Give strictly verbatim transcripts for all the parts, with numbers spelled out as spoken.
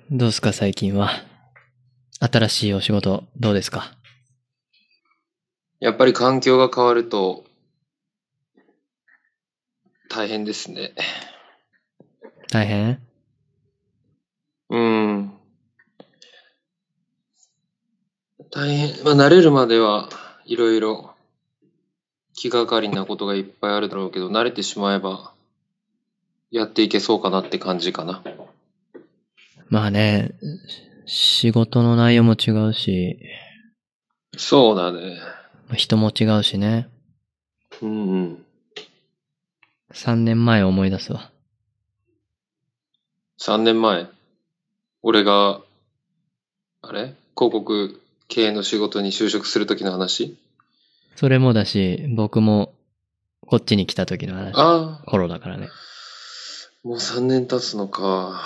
どうですか最近は。新しいお仕事どうですか？ やっぱり環境が変わると大変ですね。 大変？ うん。大変。まあ、慣れるまではいろいろ気がかりなことがいっぱいあるだろうけど、慣れてしまえばやっていけそうかなって感じかな。 まあね、仕事の内容も違うし、 そうだね。 人も違うしね。 うんうん。 さんねんまえを思い出すわ。 さんねんまえ、俺が、あれ広告系の仕事に就職するときの話。 それもだし、僕もこっちに来た時の話。 ああ、 頃だからね。 もうさんねん経つのか。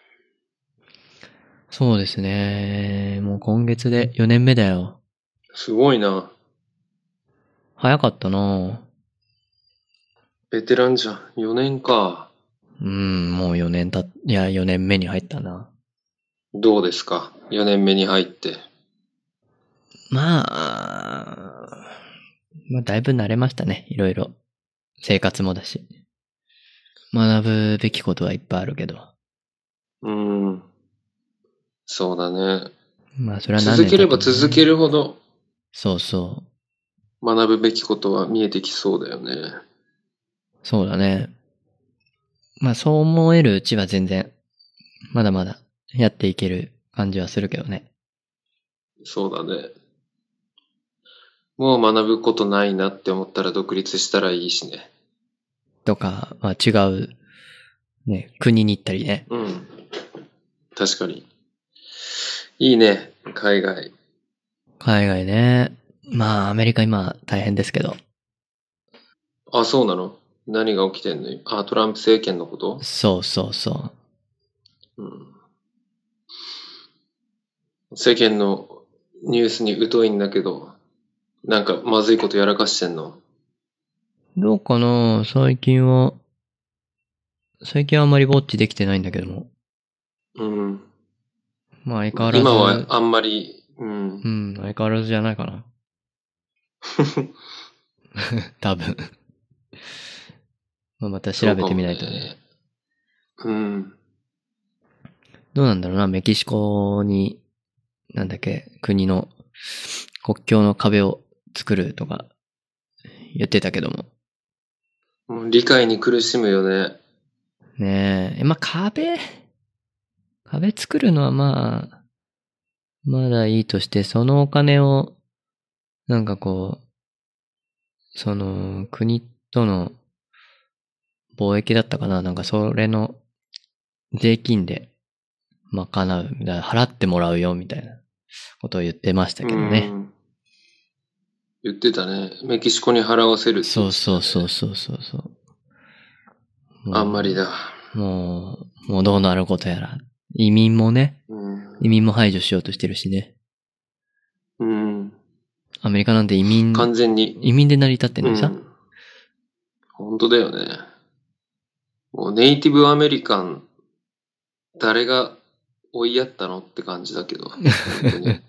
そうですね。もう今月でよねんめだよ。 すごいな。 早かったな。 ベテランじゃん。よねんか。 うん、もうよねんたっ、いや、よねんめに入ったな。 どうですか ?よ 年目に入って。 まあ、まあ、だいぶ慣れましたね。いろいろ。生活もだし。学ぶべきことはいっぱいあるけど。 うん。そうだね。 まあ、それは何続ければ年経っても続けね。 るほどそうそう。 学ぶべきことは見えてきそうだよね。 そうだね。まあ、そう思えるうちは全然、まだまだやっていける感じはするけどね。 そうだね。もう学ぶことないなって思ったら独立したらいいしね。 とか、まあ違う、ね、国に行ったりね。 うん。確かに。いいね。海外。 海外ね。まあ、アメリカ今大変ですけど。 あ、そうなの？何が起きてんの？あ、トランプ政権のこと？ そうそうそうん。世間のニュースに疎いんだけど、なんかまずいことやらかしてんの？ う。どうかな最近は、最近はあんまりウォッチできてないんだけども。 うん。 まあ相変まあ、 わら今はず、 あんまり、うん。 うん、相変わらずじゃないかな。多分。まあまた調べてみそうかもないとね。 ね。うん。 どうなんだろうな、メキシコに、なんだっけ、国の国境の壁を作るとか言ってたけども。 もう理解に苦しむよね。 ねえ、まあ壁、壁作るのはまあ、まだいいとして、そのお金を、なんかこう、その国との貿易だったかな、なんかそれの税金で賄う、だから払ってもらうよみたいなことを言ってましたうけどね。 ん。言ってたね。メキシコに払わせるって言そうってたね。 そうそうそうそうそう。 あんまりもだ。 う、もう、もうどうなることやら。移民もね、 うん。 移民も排除しようとしてるしね。 うん。 アメリカなんて移民、 完全に。 移民で成り立ってんのにさ。 うん。本当だよね。もうネイティブアメリカン、誰が追いやったのって感じだけど。本当に。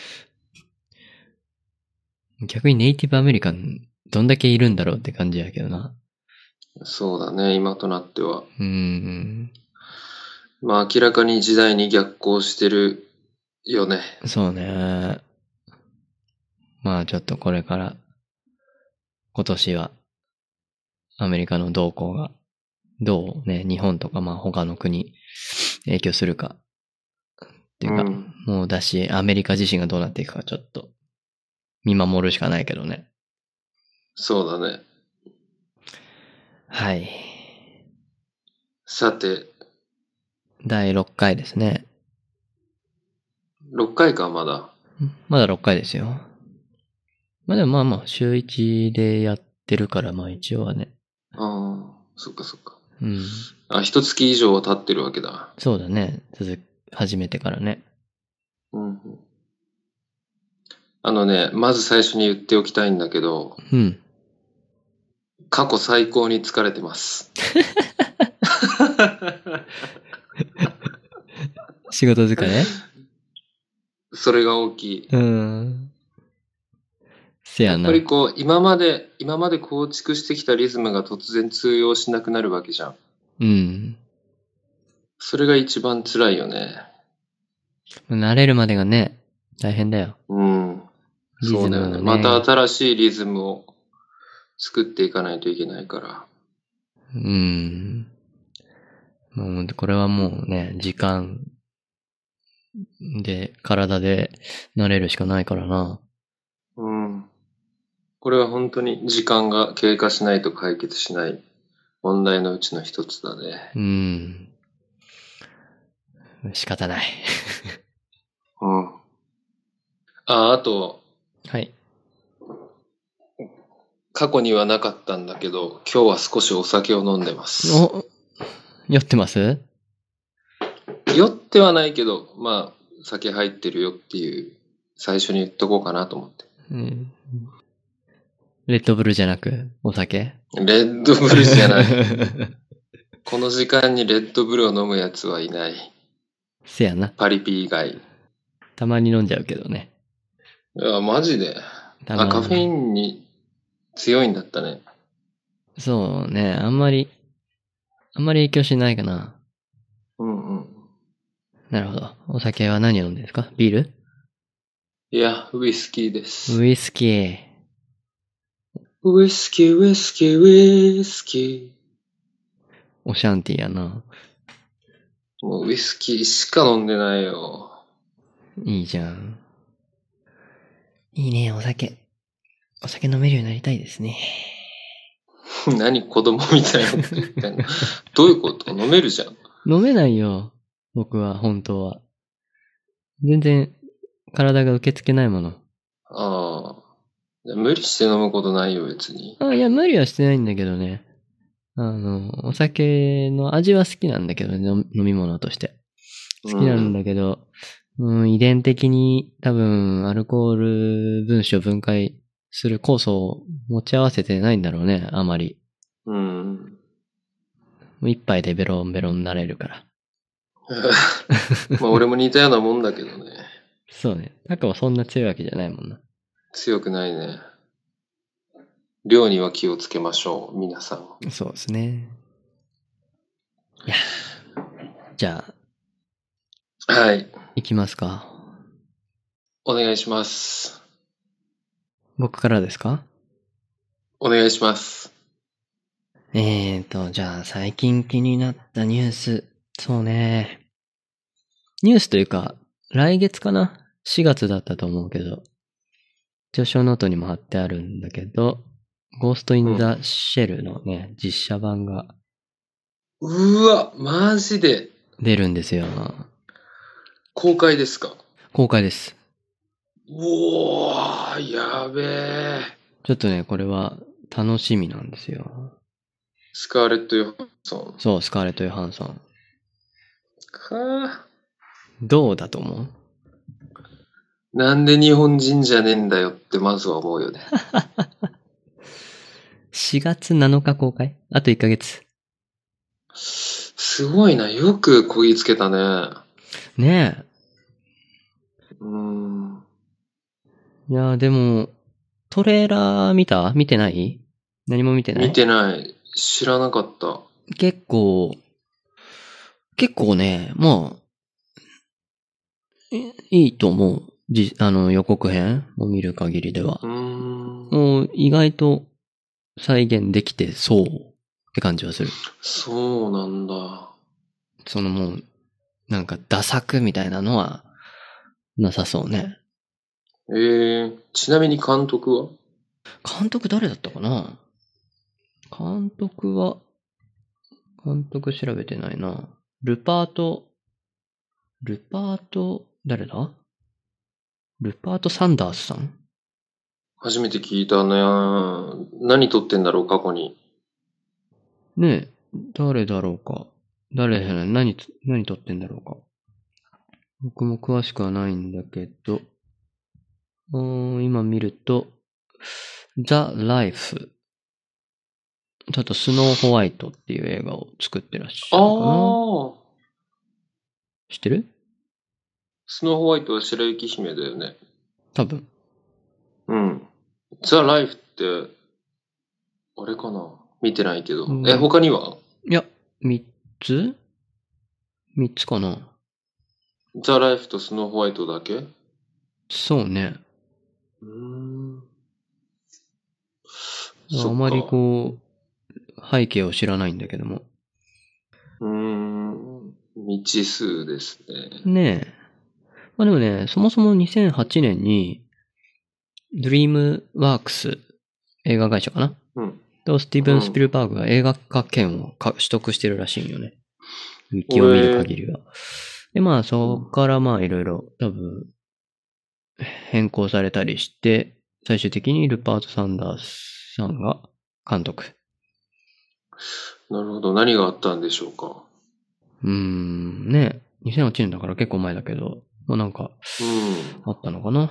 逆にネイティブアメリカン、どんだけいるんだろうって感じやけどな。 そうだね、今となっては。 うーん。 まあ明らかに時代に逆行してるよね。 そうね。まあちょっとこれから今年はアメリカの動向がどうね、日本とかまあ他の国影響するかっていうか、 うん。 もうだし、アメリカ自身がどうなっていくかちょっと見守るしかないけどね。 そうだね。 はい。 さて、 だいろっかいですね。 ろっかいか、まだ。 まだろっかいですよ。まあでもまあまあ、週いちでやってるから、まあ一応はね。 ああ、そっかそっか。 うん。 あ、一月以上は経ってるわけだ。 そうだね。続、始めてからね。 うん。あのね、まず最初に言っておきたいんだけど、 うん。 過去最高に疲れてます。 仕事疲れ？ それが大きい。 うん。せやな。 やっぱりこう、今まで、今まで構築してきたリズムが突然通用しなくなるわけじゃん。 うん。 それが一番辛いよね。 慣れるまでがね、大変だよ。 うん。 リズムをね。 そうだよね。また新しいリズムを作っていかないといけないから。 うん。もうこれはもうね、時間で、体で慣れるしかないからな。 うん。これは本当に時間が経過しないと解決しない問題のうちの一つだね。 うん。仕方ない。 うん。あ、あと、 はい。 過去にはなかったんだけど、今日は少しお酒を飲んでます。 お、酔ってます？ 酔ってはないけど、まあ、酒入ってるよっていう、最初に言っとこうかなと思って。 うん。レッドブルじゃなく、お酒？ レッドブルじゃない。この時間にレッドブルを飲むやつはいない。 せやな。 パリピ以外。 たまに飲んじゃうけどね。 いや、マジで。あ、 たまに。 カフェインに強いんだったね。 そうね、あんまり、あんまり影響しないかな。 うんうん。 なるほど。お酒は何飲んでるんですか？ビール？ いや、ウイスキーです。 ウイスキー。 ウイスキー、ウイスキー、ウイスキオシャンティーやな。 ー。もうウイスキーしか飲んでないよ。 いいじゃん。いいね、お酒。お酒飲めるようになりたいですね。 何子供みたいなこと言ってんの。どういうこと？飲めるじゃん。 飲めないよ。僕は、本当は。全然、体が受け付けないもの。 ああ。無理して飲むことないよ、別に。 あ、いや、無理はしてないんだけどね。あの、お酒の味は好きなんだけどね、飲飲み物として。好きなんだけど、うん、遺伝的に多分、アルコール分子を分解する酵素を持ち合わせてないんだろうね、あまり。 うん。 もう一杯でベロンベロンになれるから。 まあ俺も似たようなもんだけどね。 そうね。タカはそんな強いわけじゃないもんな。 強くないね。量には気をつけましょう、皆さん。 そうですね。いや、じゃあ、 はい。 行きますか。 お願いします。 僕からですか？ お願いします。 えーと、じゃあ最近気になったニュース。そうね。ニュースというか、来月かな ?し 月だったと思うけど、上昇ノートにも貼ってあるんだけど、ゴースト・イン・ザ・シェルのね、実写版がうわ、マジで。 出るんですよ。 公開ですか？ 公開です。 うおー、やべえ。 ちょっとね、これは楽しみなんですよ。 スカーレット・ヨハンソン。 そう、スカーレット・ヨハンソン。 かー。 どうだと思う？ なんで日本人じゃねえんだよってまずは思うよね。 しがつなのか公開？あといっかげつ。 すごいな。よくこぎつけたね。 ねうーん。 え。いや、でも、トレーラー見た？見てない？何も見てない？ 見てない。知らなかった。 結構、結構ね、まあ、いいいと思う。じ、あの、予告編を見る限りではう。ーん。 もう、意外と再現できてそうって感じはする。 そうなんだ。 そのもう、なんか、ダ作みたいなのは、なさそうね。 えー、ちなみに監督は？ 監督誰だったかな？監督は、監督調べてないな。ルパート、ルパート、誰だ？ルパート・サンダースさん？ 初めて聞いたね。何撮ってんだろう、過去に。 ねえ、誰だろうか。誰だろう、何、何撮ってんだろうか。僕も詳しくはないんだけど、うーん今見ると、ザ・ライフ。あと、スノーホワイトっていう映画を作ってらっしゃるかな。 ああ。 知ってる？ スノーホワイトは白雪姫だよね。 多分。 うん。ザ・ライフって、あれかな見てないけど。 うんえ、他にはいや、三つ三つかな。 ザ・ライフとスノーホワイトだけ？うそうね。 ーん。 あそっまりか。 こう、背景を知らないんだけども。 うーん。未知数ですね。 ねえ。まあでもね、そもそもにせんはちねんに、ドリームワークス映画会社かなうん。 と、スティーブン・スピルバーグが映画化権をか取得してるらしいんよね。ウィキを見る限りは。で、まあ、そこからまあ、いろいろ多分、変更されたりして、最終的にルパート・サンダースさんが監督。 なるほど。何があったんでしょうか。 うーん、ね。にせんはちねんだから結構前だけど、もうなんか、 うん。 あったのかな。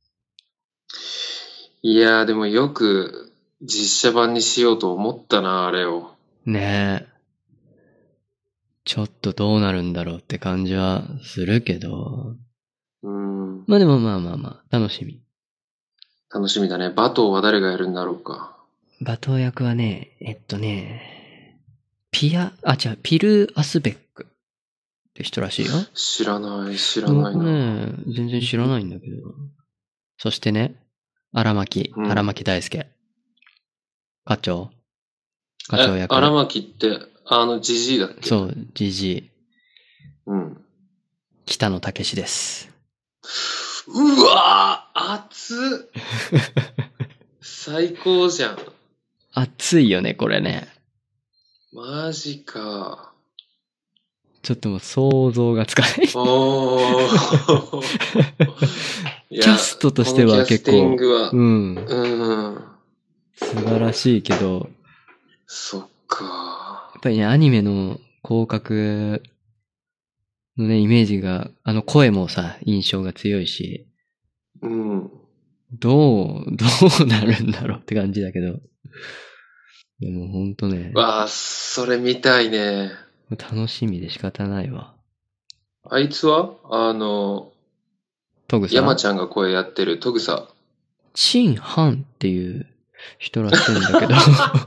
いやー、でもよく実写版にしようと思ったな、あれを。 ねえ。ちょっとどうなるんだろうって感じはするけど。 うん。 まあでもまあまあまあ、楽しみ。 楽しみだね。バトーは誰がやるんだろうか。 バトー役はね、えっとね、ピア、あ、違う、ピル・アスベックって人らしいよ。 知らない、知らない僕な。 ね、全然知らないんだけど。そしてね、荒牧、 うん荒牧大輔。課長。課長え、 役。 荒牧って、あの、ジジイだっけ？ そう、ジジイ。 うん。 北野武です。 うわー熱っ最高じゃん。 熱いよね、これね。 マジか。 ちょっともう想像がつかない。 おー。いやキャストとしては結構、 このキャスティングは、 うん、 うん。 素晴らしいけど、 そっか。 やっぱりね、アニメの広角のね、イメージが、あの声もさ、印象が強いし、 うん。 どう、どうなるんだろうって感じだけど。でもほんとね、 わあ、それ見たいね。 楽しみで仕方ないわ。 あいつはあの、 トグサ山ちゃんが声やってるトグサ。 チン・ハンっていう人らしいんだけど。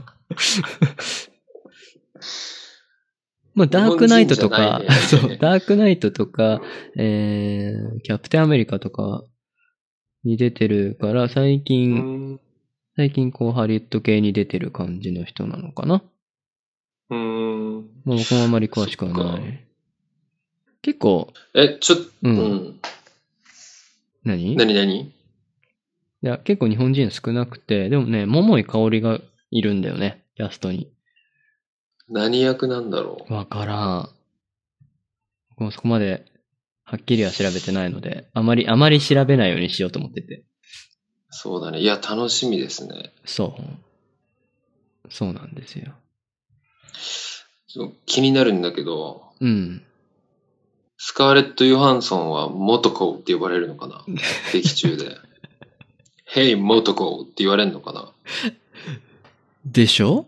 まあ、ダークナイトとか、 日本人じゃないねそう、ダークナイトとか、えー、キャプテンアメリカとかに出てるから、最う近、 ん。 最近こうハリウッド系に出てる感じの人なのかな。 うん。 まあ、僕もあまり詳しくはそっかない。結構、 え、ちょっと、 う。 うんん。 何いなになにや、結構日本人少なくて、でもね、桃井かおりがいるんだよね、キャストに。 何役なんだろう。 わからん。僕もそこまで、はっきりは調べてないので、あまり、あまり調べないようにしようと思ってて。 そうだね。いや、楽しみですね。 そう。そうなんですよ。 そう気になるんだけど、 うん。 スカーレット・ヨハンソンは元子って呼ばれるのかな劇中で。Hey, 元子って言われるのかなでしょ？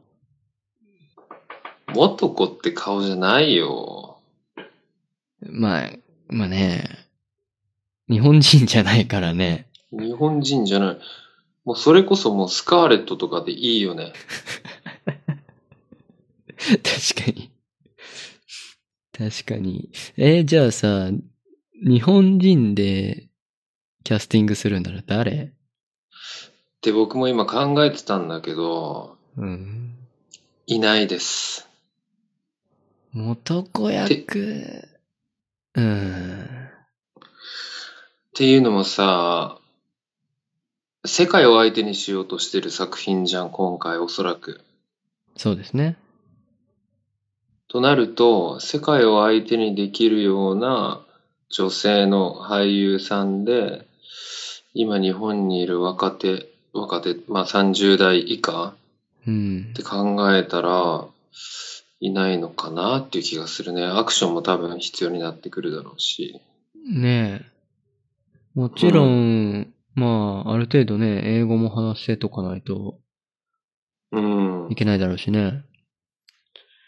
元子って顔じゃないよ。 まあ、まあね、日本人じゃないからね。 日本人じゃない。もうそれこそもうスカーレットとかでいいよね。 確かに。確かに。えーじゃあさ、日本人でキャスティングするんだら誰？ って僕も今考えてたんだけど、 うん。 いないです。 元子役。うん。 っていうのもさ、世界を相手にしようとしてる作品じゃん、今回おそらく。 そうですね。 となると、世界を相手にできるような女性の俳優さんで、今日本にいる若手、若手、まあさんじゅう代以下うんっ。て考えたら、いないのかなっていう気がするね。アクションも多分必要になってくるだろうし。 ねえ。もちろん、まあ、ある程度ね、英語も話せとかないとうんい。けないだろうしね。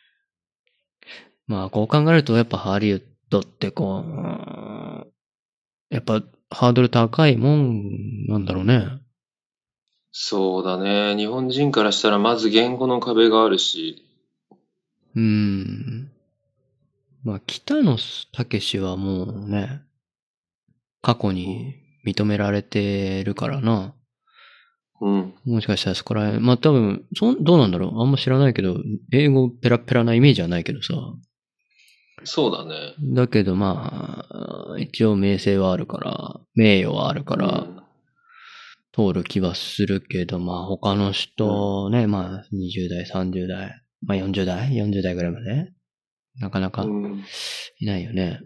まあ、こう考えると、やっぱハリウッドってこう、 やっぱハードル高いもんなんだろうね。 そうだね。日本人からしたらまず言語の壁があるし。 うーん。まあ、北野武はもうね、過去に認められてるからな。 うん。 もしかしたらそこら辺、まあ多分、そん、どうなんだろう。あんま知らないけど、英語ペラペラなイメージはないけどさ。 そうだね。 だけどまあ、一応名声はあるから、名誉はあるから、 うん通る気はするけど、まあ他の人ね、まあにじゅう代、さんじゅう代、まあよんじゅう代 ?よんじゅう 代ぐらいまでなかなかうん。 いないよね。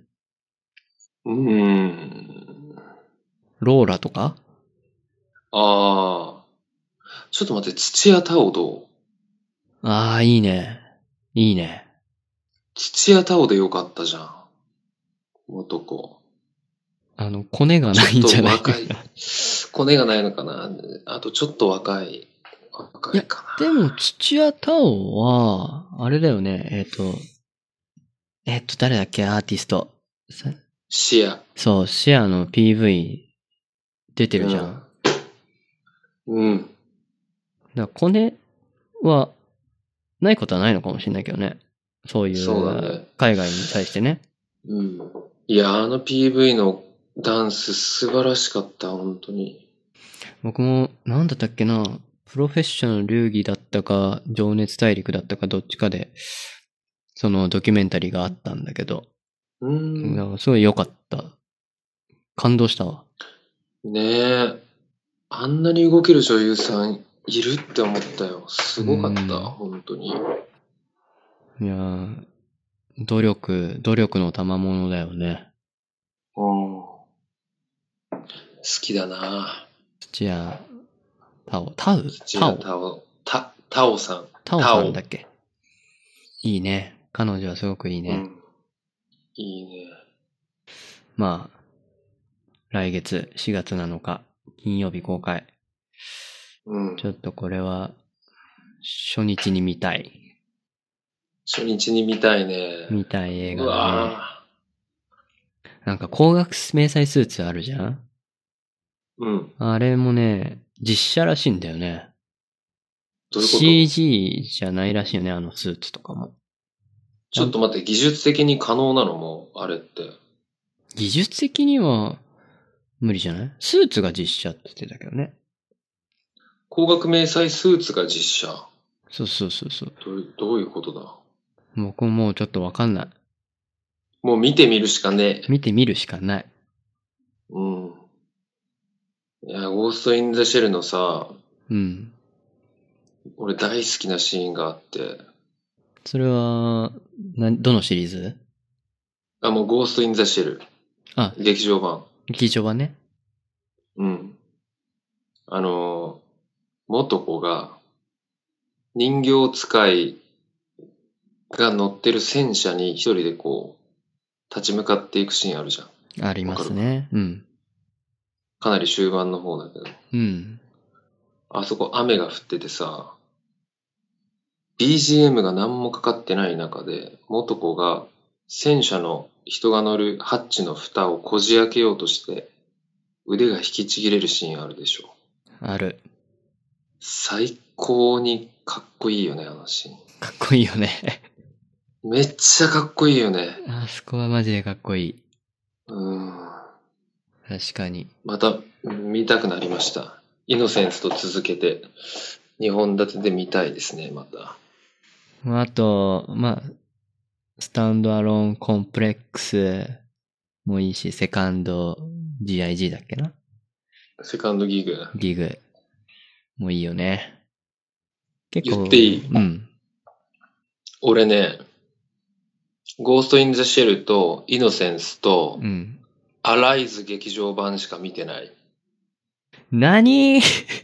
うん。 ローラとかああ。ちょっと待って、土屋太鳳どう？ ああ、いいね。いいね。 土屋太鳳でよかったじゃん。男。 あの、コネがちょっないんじゃないと若い。コネがないのかな。あとちょっと若い。若いかな。 でも、土屋太鳳は、あれだよね。えっ、と、えっ、と、誰だっけアーティスト。さ視野。 そう、シェアの ピーブイ 出てるじゃん。 うん。 だからコネは、ないことはないのかもしれないけどね。そういそうだう、 ね。 海外に対してね。 うん。いや、あの ピーブイ のダンス素晴らしかった、本当に。 僕も、なんだったっけな、プロフェッショナル流儀だったか、情熱大陸だったか、どっちかで、そのドキュメンタリーがあったんだけど、 うーん。 なんかすごい良かった。感動したわ。 ねえ。あんなに動ける女優さんいるって思ったよ。すごかった、 うん本当に。 いやー、努力、努力の賜物だよね。 うん。好きだな。 土屋、タオ、タウ土屋タオ太鳳。た、太鳳さん。 タオさんだっけいいね。彼女はすごくいいね。 うん。いいね。 まあ、来月しがつなのか、金曜日公開。 うん。 ちょっとこれは、初日に見たい。 初日に見たいね。 見たい映う画だね。 わなんか高額迷彩スーツあるじゃんーうん。 あれもね、実写らしいんだよね。 どういうこと？ シージー じゃないらしいよね、あのスーツとかも。 ちょっと待って、技術的に可能なのもう、あれって。 技術的には無理じゃないスーツが実写って言ってたけどね。 光学迷彩スーツが実写。 そうそうそうそう。 どういう、どういうことだ？ 僕ももうちょっとわかんない。 もう見てみるしかねえ。 見てみるしかない。 うん。いや、ゴースト・イン・ザ・シェルのさ、 うん。 俺大好きなシーンがあって、 それは、な、どのシリーズあ、もうゴースト・イン・ザ・シェル。 あ、 劇場版。 劇場版ね。 うん。あの、元子が人形使いが乗ってる戦車に一人でこう、立ち向かっていくシーンあるじゃん。 ありますね。うん。 かなり終盤の方だけど。 うん。 あそこ雨が降っててさ、ビージーエム が何もかかってない中で、元子が戦車の人が乗るハッチの蓋をこじ開けようとして、腕が引きちぎれるシーンあるでしょ。 ある。 最高にかっこいいよね、あのシーン。 かっこいいよね。 めっちゃかっこいいよね。 あそこはマジでかっこいい。 うん。 確かに。 また見たくなりました。イノセンスと続けて、にほん立てで見たいですね、また。 あと、まあ、スタンドアローンコンプレックスもいいし、セカンド ジーアイジー だっけなセカンドギグ。 ギグもいいよね。結構。 言っていい？ うん。 俺ね、ゴースト・イン・ザ・シェルとイノセンスと、 うん。 アライズ劇場版しか見てない。 なに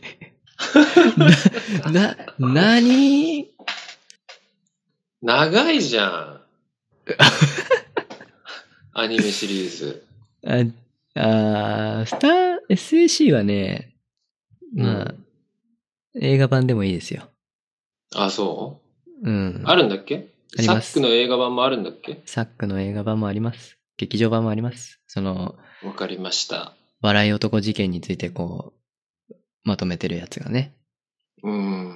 な、な、なに長いじゃん。アニメシリーズ。 あ、あースター、エスエーシー はね、まあ、 うん映画版でもいいですよ。 あ、そううん。 あるんだっけ？ ありますサックの映画版もあるんだっけ？ サックの映画版もあります。 劇場版もあります。その、 わかりました。 笑い男事件についてこう、まとめてるやつがね。 うん。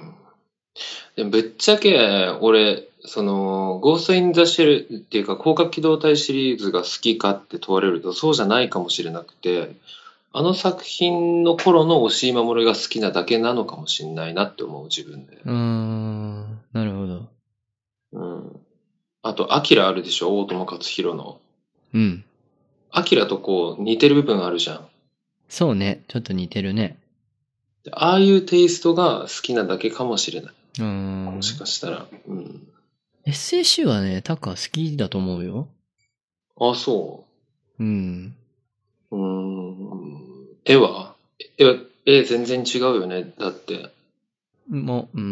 でもぶっちゃけ、俺、その、ゴースト・イン・ザ・シェルっていうか、広角機動隊シリーズが好きかって問われると、そうじゃないかもしれなくて、あの作品の頃の押井守が好きなだけなのかもしれないなって思う、自分で。 うーん、なるほど。 うん。あと、アキラあるでしょ、大友克洋の。 うん。 アキラとこう、似てる部分あるじゃん。 そうね。ちょっと似てるね。 でああいうテイストが好きなだけかもしれない。 うーん。 もしかしたら。うん。 エスエーシー はね、タカ好きだと思うよ。 あ、そうん。 う。うーん。絵は絵は、絵全然違うよね。だって。 もう、うん、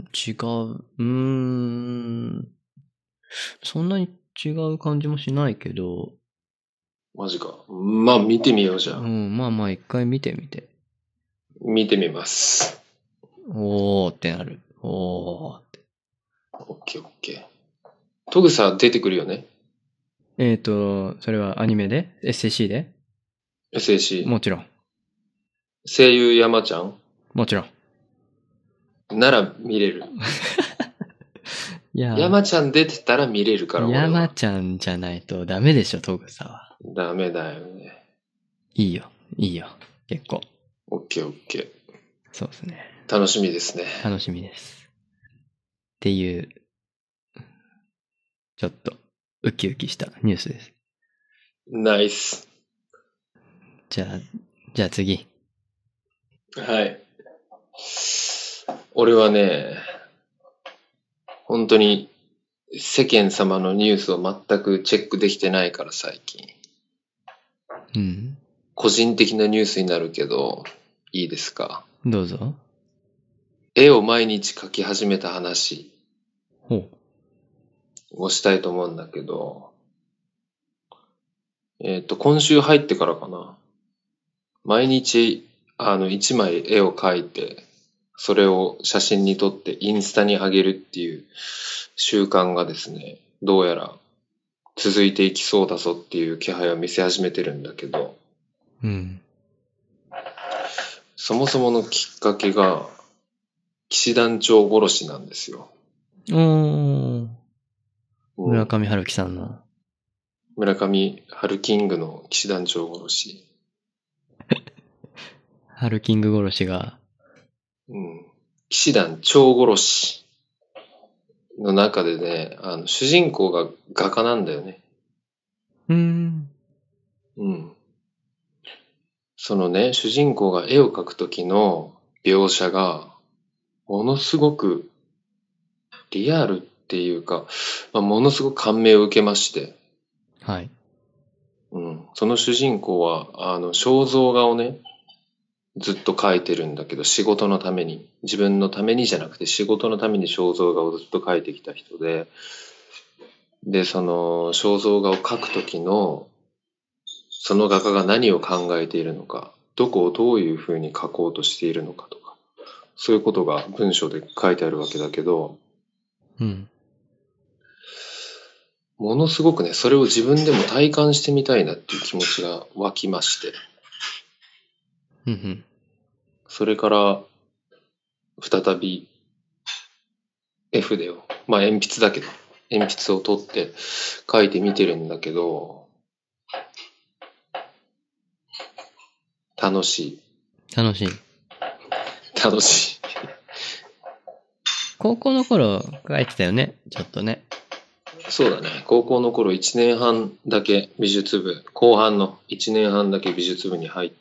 違う。うーん。そんなに違う感じもしないけど、 マジか。まあ、見てみようじゃあ。 うん、まあまあ一回見てみて。 見てみます。 おーってなる。おーって。 オッケーオッケー。トグサ出てくるよね。 えーと、それはアニメで エスエーシー でエスエーシー。 もちろん。 声優山ちゃんもちろん。 なら見れる。 いや、 山ちゃん出てたら見れるから俺は。 山ちゃんじゃないとダメでしょ、トグサは。 ダメだよね。 いいよ、いいよ。結構。 オッケーオッケー。 そうですね。 楽しみですね。 楽しみです。っていう、ちょっと、ウキウキしたニュースです。 ナイス。 じゃあ、じゃあ次。 はい。俺はね、本当に世間様のニュースを全くチェックできてないから最近。 うん。 個人的なニュースになるけど、いいですか？ どうぞ。 絵を毎日描き始めた話ほをしたいと思うんだけど、えっと、今週入ってからかな。毎日、あの、一枚絵を描いて、それを写真に撮ってインスタに上げるっていう習慣がですね、どうやら続いていきそうだぞっていう気配を見せ始めてるんだけど、 う。うん。 そもそものきっかけが、騎士団長殺しなんですよ。 おー。 うん村上春樹さんの。 村上春キングの騎士団長殺し。 春キング殺しが。 うん。騎士団長殺しの中でね、あの、主人公が画家なんだよね。 うーん。 うん。そのね、主人公が絵を描くときの描写が、ものすごくリアルっていうか、まあ、ものすごく感銘を受けまして、 はい。 うん。その主人公は、あの、肖像画をね、ずっと描いてるんだけど、仕事のために、自分のためにじゃなくて仕事のために肖像画をずっと描いてきた人で、で、その肖像画を描くときの、その画家が何を考えているのか、どこをどういうふうに描こうとしているのかとか、そういうことが文章で書いてあるわけだけど、 うん。 ものすごくね、それを自分でも体感してみたいなっていう気持ちが湧きまして、 うんうん。 それから再び F でよ、まあ鉛筆だけど、鉛筆を取って書いてみてるんだけど、楽しい。 楽しい。 楽しい。 高校の頃書いてたよね。ちょっとね。 そうだね。高校の頃いちねんはんだけ美術部、後半のいちねんはんだけ美術部に入って、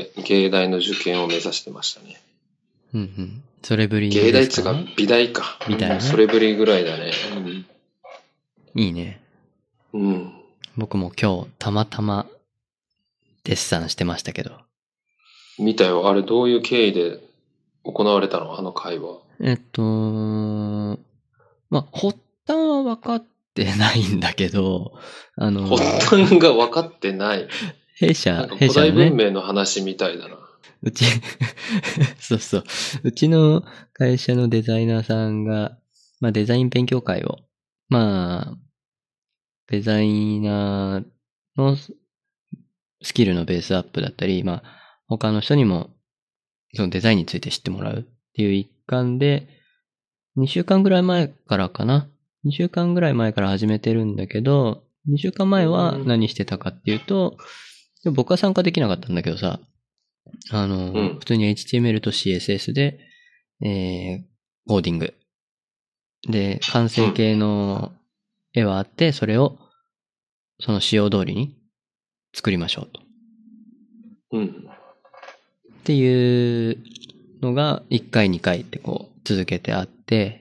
芸大の受験を目指してましたね。 うんうん。それぶり芸大っですか？ つうか美大か。 美大ね。 それぶりぐらいだね。 いいね。 うん。うん。 僕も今日たまたまデッサンしてましたけど。 見たよ。あれどういう経緯で行われたの？あの会話。 えっと、まあ、発端は分かってないんだけど、あの、 発端が分かってない。 弊な社ん、か古代弊社のね、 文明の話みたいだな。 うち、そうそう。うちの会社のデザイナーさんが、まあデザイン勉強会を、まあ、デザイナーのスキルのベースアップだったり、まあ、他の人にもそのデザインについて知ってもらうっていう一環で、にしゅうかんぐらい前からかな。にしゅうかんぐらい前から始めてるんだけど、にしゅうかんまえは何してたかっていうと、僕は参加できなかったんだけどさ、あの、 うん、 普通に エイチティーエムエル と シーエスエス で、えー、コーディング。で、完成形の絵はあって、それをその仕様通りに作りましょうと。 うん。 っていうのがいっかいにかいってこう続けてあって、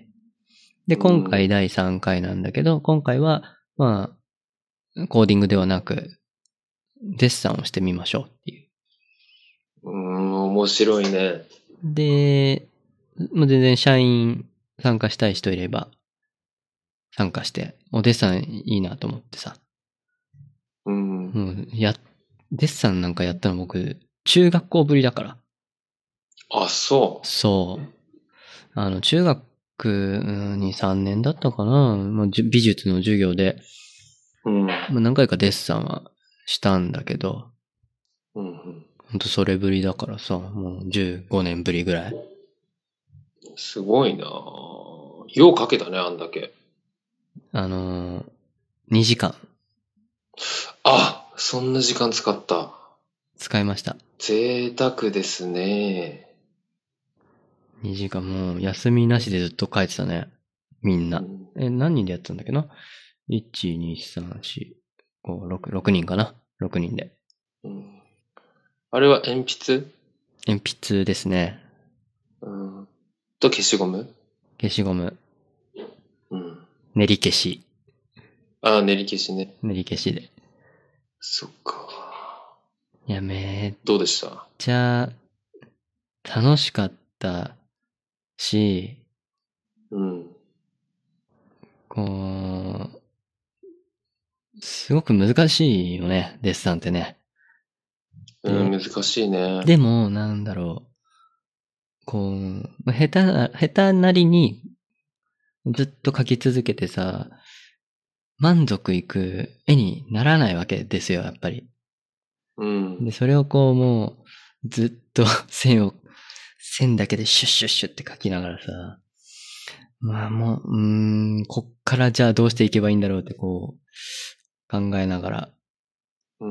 で、今回だいさんかいなんだけど、今回は、まあ、コーディングではなく、デッサンをしてみましょうっていう。 うーん、面白いね。 で、もう全然社員参加したい人いれば、参加して、お、デッサンいいなと思ってさ。 うん。 もう、や、デッサンなんかやったの僕、中学校ぶりだから。 あ、そそう。あの、中学に、さんねんだったかな。まあ、じゅ美術の授業で、 う。うん。 まあ、何回かデッサンはしたんだけど、 うんうん。 ほんとそれぶりだからさ、もうじゅうごねんぶりぐらい。 すごいなぁ。ようかけたね、あんだけ。 あのー、にじかんあ、そんな時間使った。 使いました。 贅沢ですね。 にじかんもう休みなしでずっと書いてたね。みんな。 うん、 え、何人でやってたんだっけな ?いち、に、さん、よん、ご、ろく、ろくにんかな ?ろく 人で。 うん。あれは鉛筆鉛筆ですね。 うん。と消しゴム消しゴム。 うん。 練り消し。 ああ、練り消しね。 練り消しで。 そっか。 いや、めっどうでしたちゃ楽しかったし、 うん。 こう、すごく難しいよね、デッサンってね。 うん、難しいね。 でも、なんだろう。こう、下手な、下手なりにずっと描き続けてさ、満足いく絵にならないわけですよ、やっぱり。 うん。 で、それをこうもう、ずっと線を、線だけでシュッシュッシュッって描きながらさ、まあもう、うーん、こっからじゃあどうしていけばいいんだろうってこう、考えながら、 うん。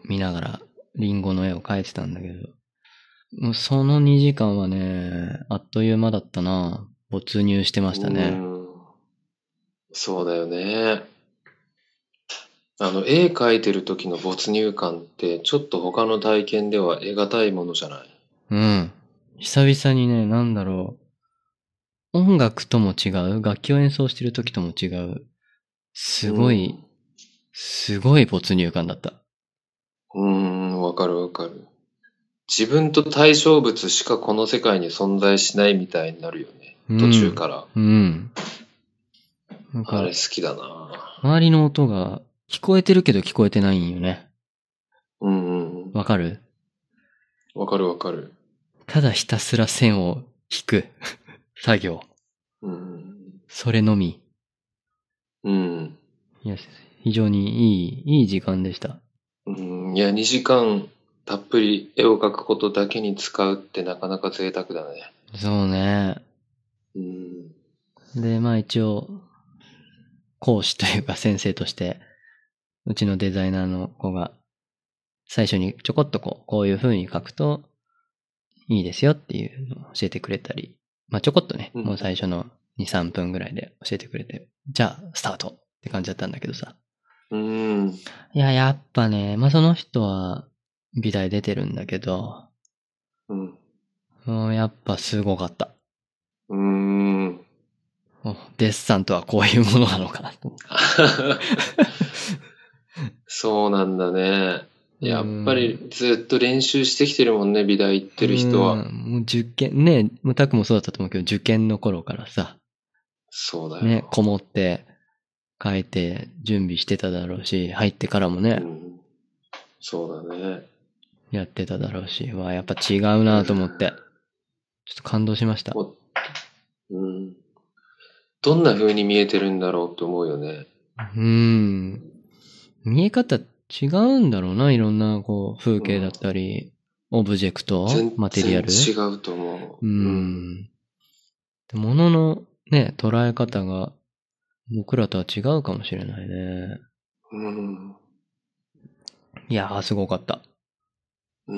見ながら、リンゴの絵を描いてたんだけど、もうそのにじかんはね、あっという間だったな。没入してましたうね。 ん。そうだよね。あの、絵描いてる時の没入感って、ちょっと他の体験では得難いものじゃない。 うん。久々にね、なんだろう。音楽とも違う。楽器を演奏してる時とも違う。すごい、すごい没入感だった。 うん、うーん、わかるわかる。自分と対象物しかこの世界に存在しないみたいになるよね。 うん、 途中から。 うん。なんか、 あれ好きだな。 周りの音が聞こえてるけど聞こえてないんよね。 うんうんうん。 わかる？ わかるわかる。 ただひたすら線を引く作業。 うん。 それのみ。 うん。 いや、非常にいい、いい時間でした。 うん、いや、にじかんたっぷり絵を描くことだけに使うってなかなか贅沢だね。 そうね。 うん。 で、まあ一応、講師というか先生として、うちのデザイナーの子が、最初にちょこっとこう、こういう風に書くと、いいですよっていうのを教えてくれたり、まあちょこっとね、 うんもう最初のに、さんぷんぐらいで教えてくれて、じゃあ、スタートって感じだったんだけどさ。 うん。 いや、やっぱね、まあその人は美大出てるんだけど、 うん。 もうやっぱすごかった。 うーん。 おデッサンとはこういうものなのかなと。 そうなんだね。やっぱりうんずっと練習してきてるもんね、美大行ってる人は。 うんもう受験、ね、もうタクもそうだったと思うけど、受験の頃からさ、 そうだよ。 ね、こもって書いて準備してただろうし、入ってからもね、 うん。そうだね。 やってただろうし、わあ、やっぱ違うなと思って、ちょっと感動しました。 もううん。どんな風に見えてるんだろうって思うよね。 うん。見え方っ違うんだろうな、いろんな、こう、風景だったり、オブジェクト、マテリアル。 全然違うと思う。 うん。で物のね、捉え方が、僕らとは違うかもしれないね。 うん。 いやー、すごかった。 うん。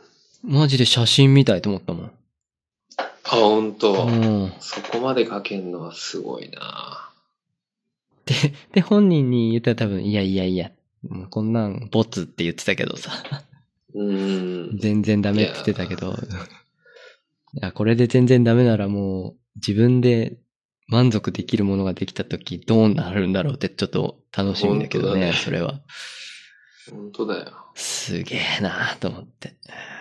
マジで写真みたいと思ったもん。 あ、ほんと。 うん。 そこまで描けんのはすごいな。 で、で、本人に言ったら多分、いやいやいや、もうこんなんボツって言ってたけどさ。 うん。 全然ダメって言ってたけど。いや、これで全然ダメならもう、自分で満足できるものができたときどうなるんだろうってちょっと楽しみだけどね、 本当だねそれは。 本当だよ。 すげえなと思って。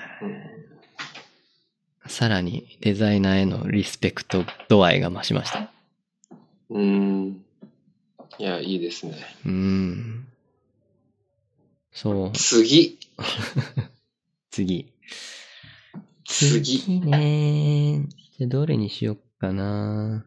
うん、 さらにデザイナーへのリスペクト度合いが増しました。 うん。いや、いいですね。 うん。そう。 次。 次。 次。 次ね。じゃあどれにしよっかな。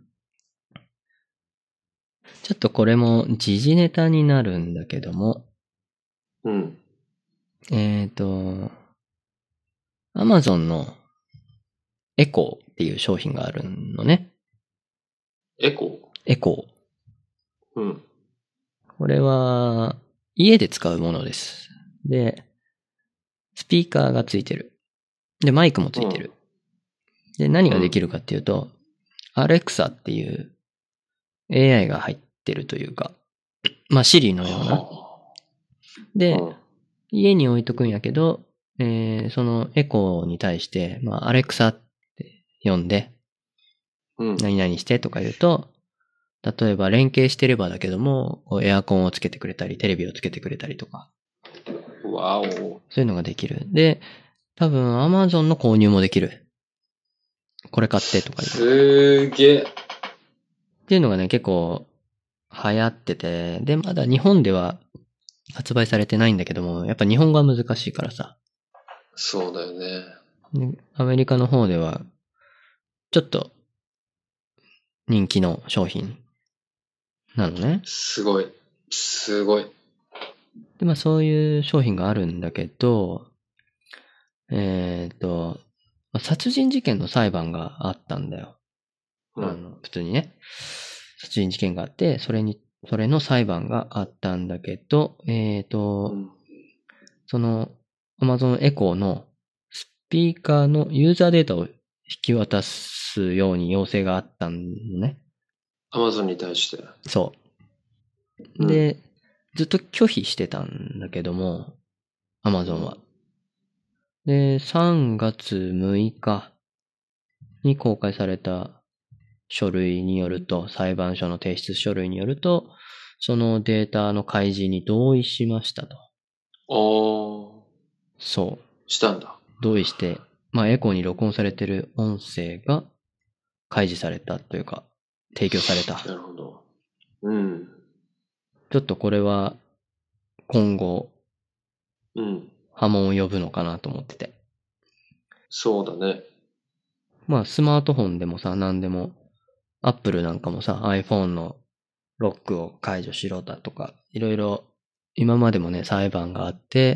ちょっとこれも時事ネタになるんだけども。 うん。 えっと、アマゾンのエコーっていう商品があるのね。 エコエコー。うん。 ー。これは家で使うものです。で、スピーカーがついてる。で、マイクもついてる。で、何ができるかっていうと、アレクサっていう エーアイ が入ってるというか、まあ、シリのような。で、 うん家に置いとくんやけど、えーそのエコーに対して、まあ、アレクサって呼んで、 うん。 何々してとか言うと、例えば連携してればだけども、こうエアコンをつけてくれたり、テレビをつけてくれたりとか、 わお。 そういうのができる。で、多分 Amazon の購入もできる。これ買ってとか言う。 すーげえ。 っていうのがね、結構流行ってて、で、まだ日本では発売されてないんだけども、やっぱ日本語は難しいからさ。 そうだよね。 でアメリカの方では、ちょっと人気の商品なのね。 すごい。すごい。 で、まあそういう商品があるんだけど、えっと、殺人事件の裁判があったんだよ。 うん。 あの、普通にね。殺人事件があって、それに、それの裁判があったんだけど、えっと、 うんその Amazon Echo のスピーカーのユーザーデータを引き渡すように要請があったのね。 アマゾンに対して。 そう。で、ずっと拒否してたんだけども、Amazon は。で、さんがつむいかに公開された書類によると、裁判所の提出書類によると、そのデータの開示に同意しましたと。 ああ。 そう。 したんだ。 同意して、まあエコーに録音されてる音声が開示されたというか、提供された。 なるほど。うん。 ちょっとこれは今後うん。 波紋を呼ぶのかなと思ってて。 そうだね。 まあスマートフォンでもさ、何でも、Apple なんかもさ、iPhone のロックを解除しろだとか、いろいろ今までもね、裁判があって、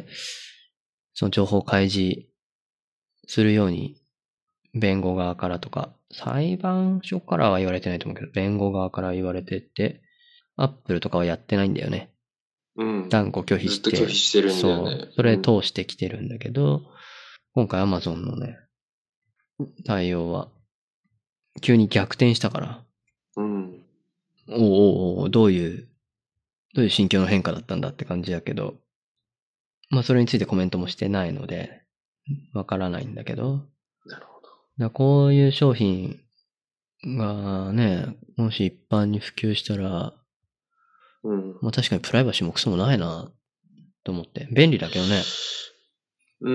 その情報開示するように、弁護側からとか、裁判所からは言われてないと思うけど、弁護側から言われてて、Apple とかはやってないんだよね。 うん。 断固拒否して。 ずっと拒否してるんだよね。 そう。それ通してきてるんだけど、うん、今回 Amazon のね、対応は、急に逆転したから。 うん。 おうおうおう、どういう、どういう心境の変化だったんだって感じだけど、まあそれについてコメントもしてないので、わからないんだけど。 なるほど。 だこういう商品がね、もし一般に普及したら、 うん。 まあ確かにプライバシーもクソもないなと思って。便利だけどね。 うん。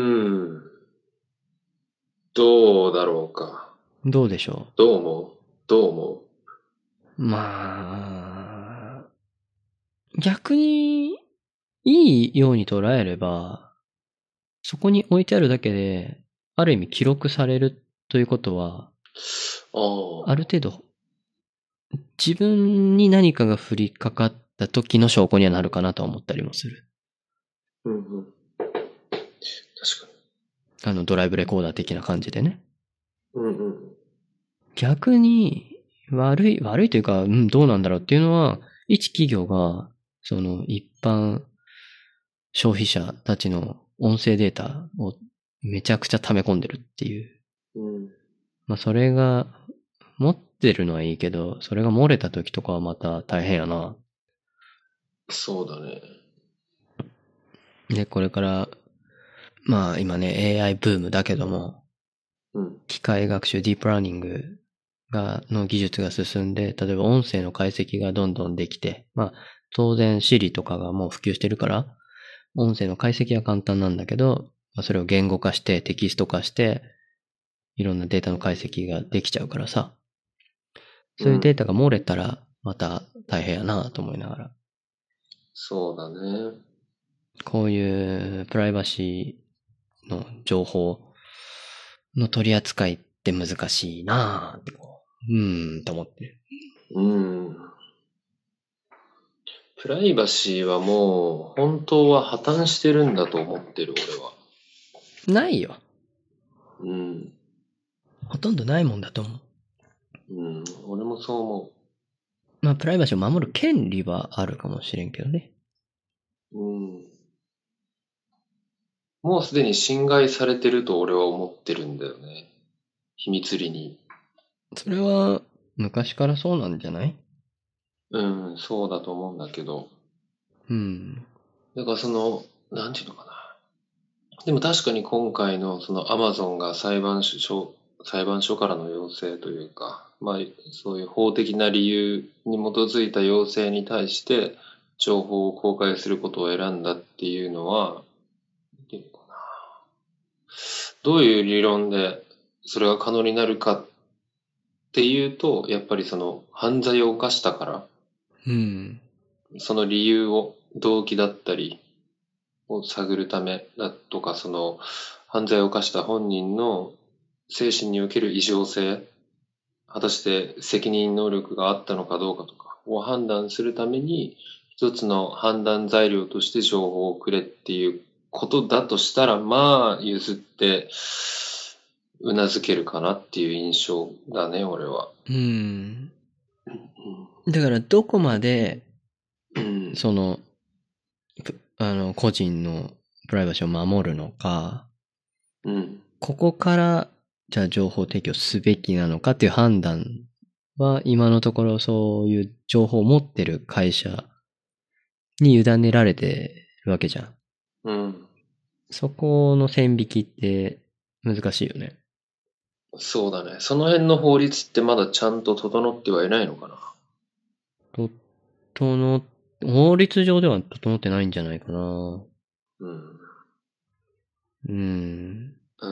どうだろうか。 どうでしょう。 どう思うどう思うまあ、逆にいいように捉えれば、そこに置いてあるだけで、ある意味記録されるということは、 うああ。 ある程度、自分に何かが降りかかった時の証拠にはなるかなと思ったりもする。 うんうん。確かあのドライブレコーダー的な感じでね。 に。うんうん。 逆に悪い、悪いというか、うん、どうなんだろうっていうのは、一企業が、その一般消費者たちの音声データをめちゃくちゃ溜め込んでるっていう。 うん。 まあそれが、持ってるのはいいけど、それが漏れた時とかはまた大変やな。 そうだね。 で、これから、まあ今ね、エーアイ ブームだけども、 うん。 機械学習、ディープラーニングが、の技術が進んで、例えば音声の解析がどんどんできて、まあ当然 Siri とかがもう普及してるから、音声の解析は簡単なんだけど、まあ、それを言語化してテキスト化して、いろんなデータの解析ができちゃうからさ、そういうデータが漏れたら、また大変やなと思いながら。 そうだね。 こういうプライバシーの情報の取り扱いって難しいなぁってこう、うーんと思ってる。 うん。プライバシーはもう本当は破綻してるんだと思ってる俺は。 ないよ。 うん。 ほとんどないもんだと思う。 うん。俺もそう思まあ、プライバシーを守る権利はあるかもしれんけどね。 う。うん。もうすでに侵害されてると俺は思ってるんだよね。秘密裏に。 それは、昔からそうなんじゃない？ うん、そうだと思うんだけど。 うん。 だからその、なんていうのかな。でも確かに今回のそのアマゾンが裁判所、裁判所からの要請というか、まあそういう法的な理由に基づいた要請に対して情報を公開することを選んだっていうのは、なんていうのかな。どういう理論でそれが可能になるかっていうと、やっぱりその犯罪を犯したから、 うん。 その理由を、動機だったりを探るためだとか、その犯罪を犯した本人の精神における異常性、果たして責任能力があったのかどうかとかを判断するために、一つの判断材料として情報をくれっていうことだとしたら、まあ、譲って、うなずけるかなっていう印象だね、俺は。 うん。だから、どこまで、 うん。 その、ぷあの、個人のプライバシーを守るのか、 うん。 ここから、じゃあ情報提供すべきなのかっていう判断は、今のところそういう情報を持ってる会社に委ねられてるわけじゃん。 うん。 そこの線引きって難しいよね。 そうだね。その辺の法律ってまだちゃんと整ってはいないのかな。 整、法律上では整ってないんじゃないかな。 うん。 うん。 うん。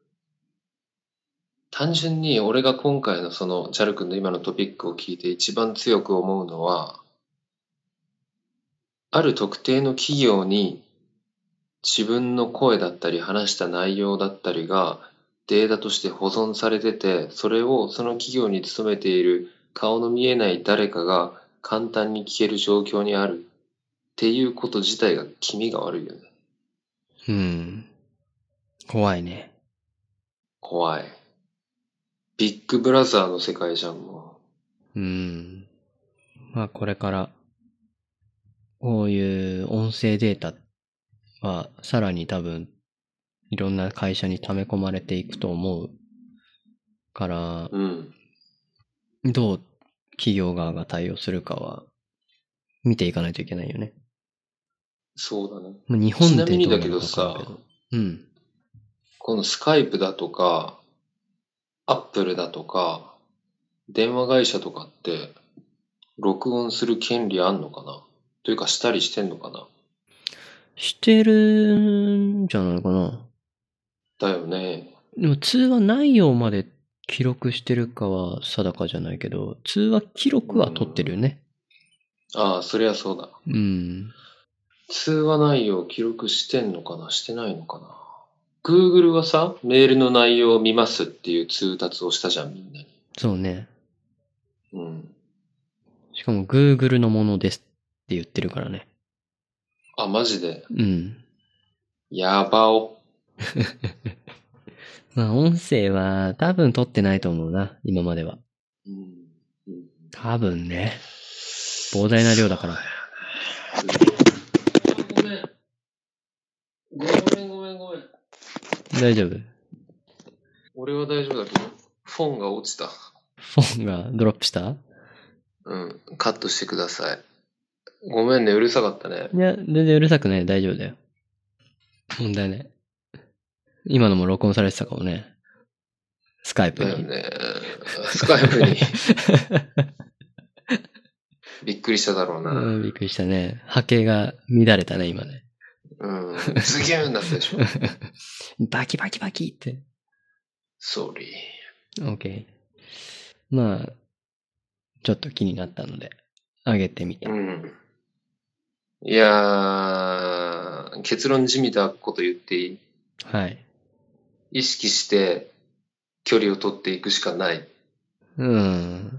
単純に俺が今回のその ジャル 君の今のトピックを聞いて一番強く思うのは、ある特定の企業に自分の声だったり話した内容だったりがデータとして保存されてて、それをその企業に勤めている顔の見えない誰かが簡単に聞ける状況にあるっていうこと自体が気味が悪いよね。 うん。怖いね。 怖い。ビッグブラザーの世界じゃん、もうん。まあこれから、こういう音声データはさらに多分いろんな会社に溜め込まれていくと思うから、 う。うん。 どう企業側が対応するかは見ていかないといけないよね。 そうだね。 まあ日ち本でなみにだけどうなるかわからんどさ、 けど。うん。 このスカイプだとか、アップルだとか、電話会社とかって、録音する権利あんのかなというか、したりしてんのかな。 してるんじゃないかな。 だよね。 でも通話内容まで記録してるかは定かじゃないけど、通話記録は取ってるよね。 ああ、そりゃそうだ。 うん。 通話内容を記録してんのかなしてないのかな。Google はさ、メールの内容を見ますっていう通達をしたじゃん、みんなに。 そうね。 うん。 しかも Google のものですって言ってるからね。 あ、マジで。 うん。 やばお。 まあ音声は多分撮ってないと思うな、今までは。 うん。うん、 多分ね。膨大な量だから。 ごめん。ごめんごめんごめん。 大丈夫？ 俺は大丈夫だけど、フォンが落ちた。 フォンがドロップした？ うん。カットしてください。ごめんね、うるさかったね。 いや、全然うるさくない。大丈夫だよ。問題ない。今のも録音されてたかもね。スカイプに。 だよね。スカイプに。びっくりしただろうな。 うん、びっくりしたね。波形が乱れたね、今ね。 うん。ズキューンだったでしょ。 バキバキバキって。 ソーリー。OK。まあ、ちょっと気になったので、上げてみた。 うん。いやー、結論じみたこと言っていい？ はい。 意識して距離を取っていくしかない。 うん。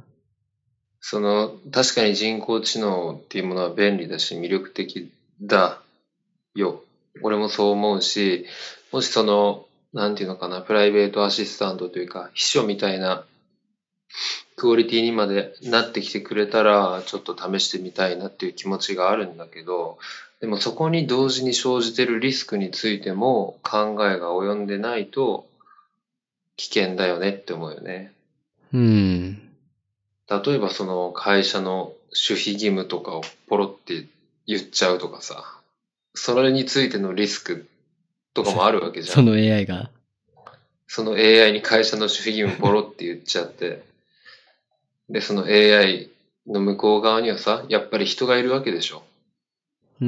その、確かに人工知能っていうものは便利だし魅力的だよ。俺もそう思うし、もしその、なんていうのかな、プライベートアシスタントというか、秘書みたいなクオリティにまでなってきてくれたら、ちょっと試してみたいなっていう気持ちがあるんだけど、でもそこに同時に生じてるリスクについても考えが及んでないと危険だよねって思うよね。 うん。 例えばその会社の守秘義務とかをポロって言っちゃうとかさ、それについてのリスクとかもあるわけじゃん。 その エーアイ が。 その エーアイ に会社の守秘義務ポロって言っちゃって、で、その エーアイ の向こう側にはさ、やっぱり人がいるわけでしょ。 うん。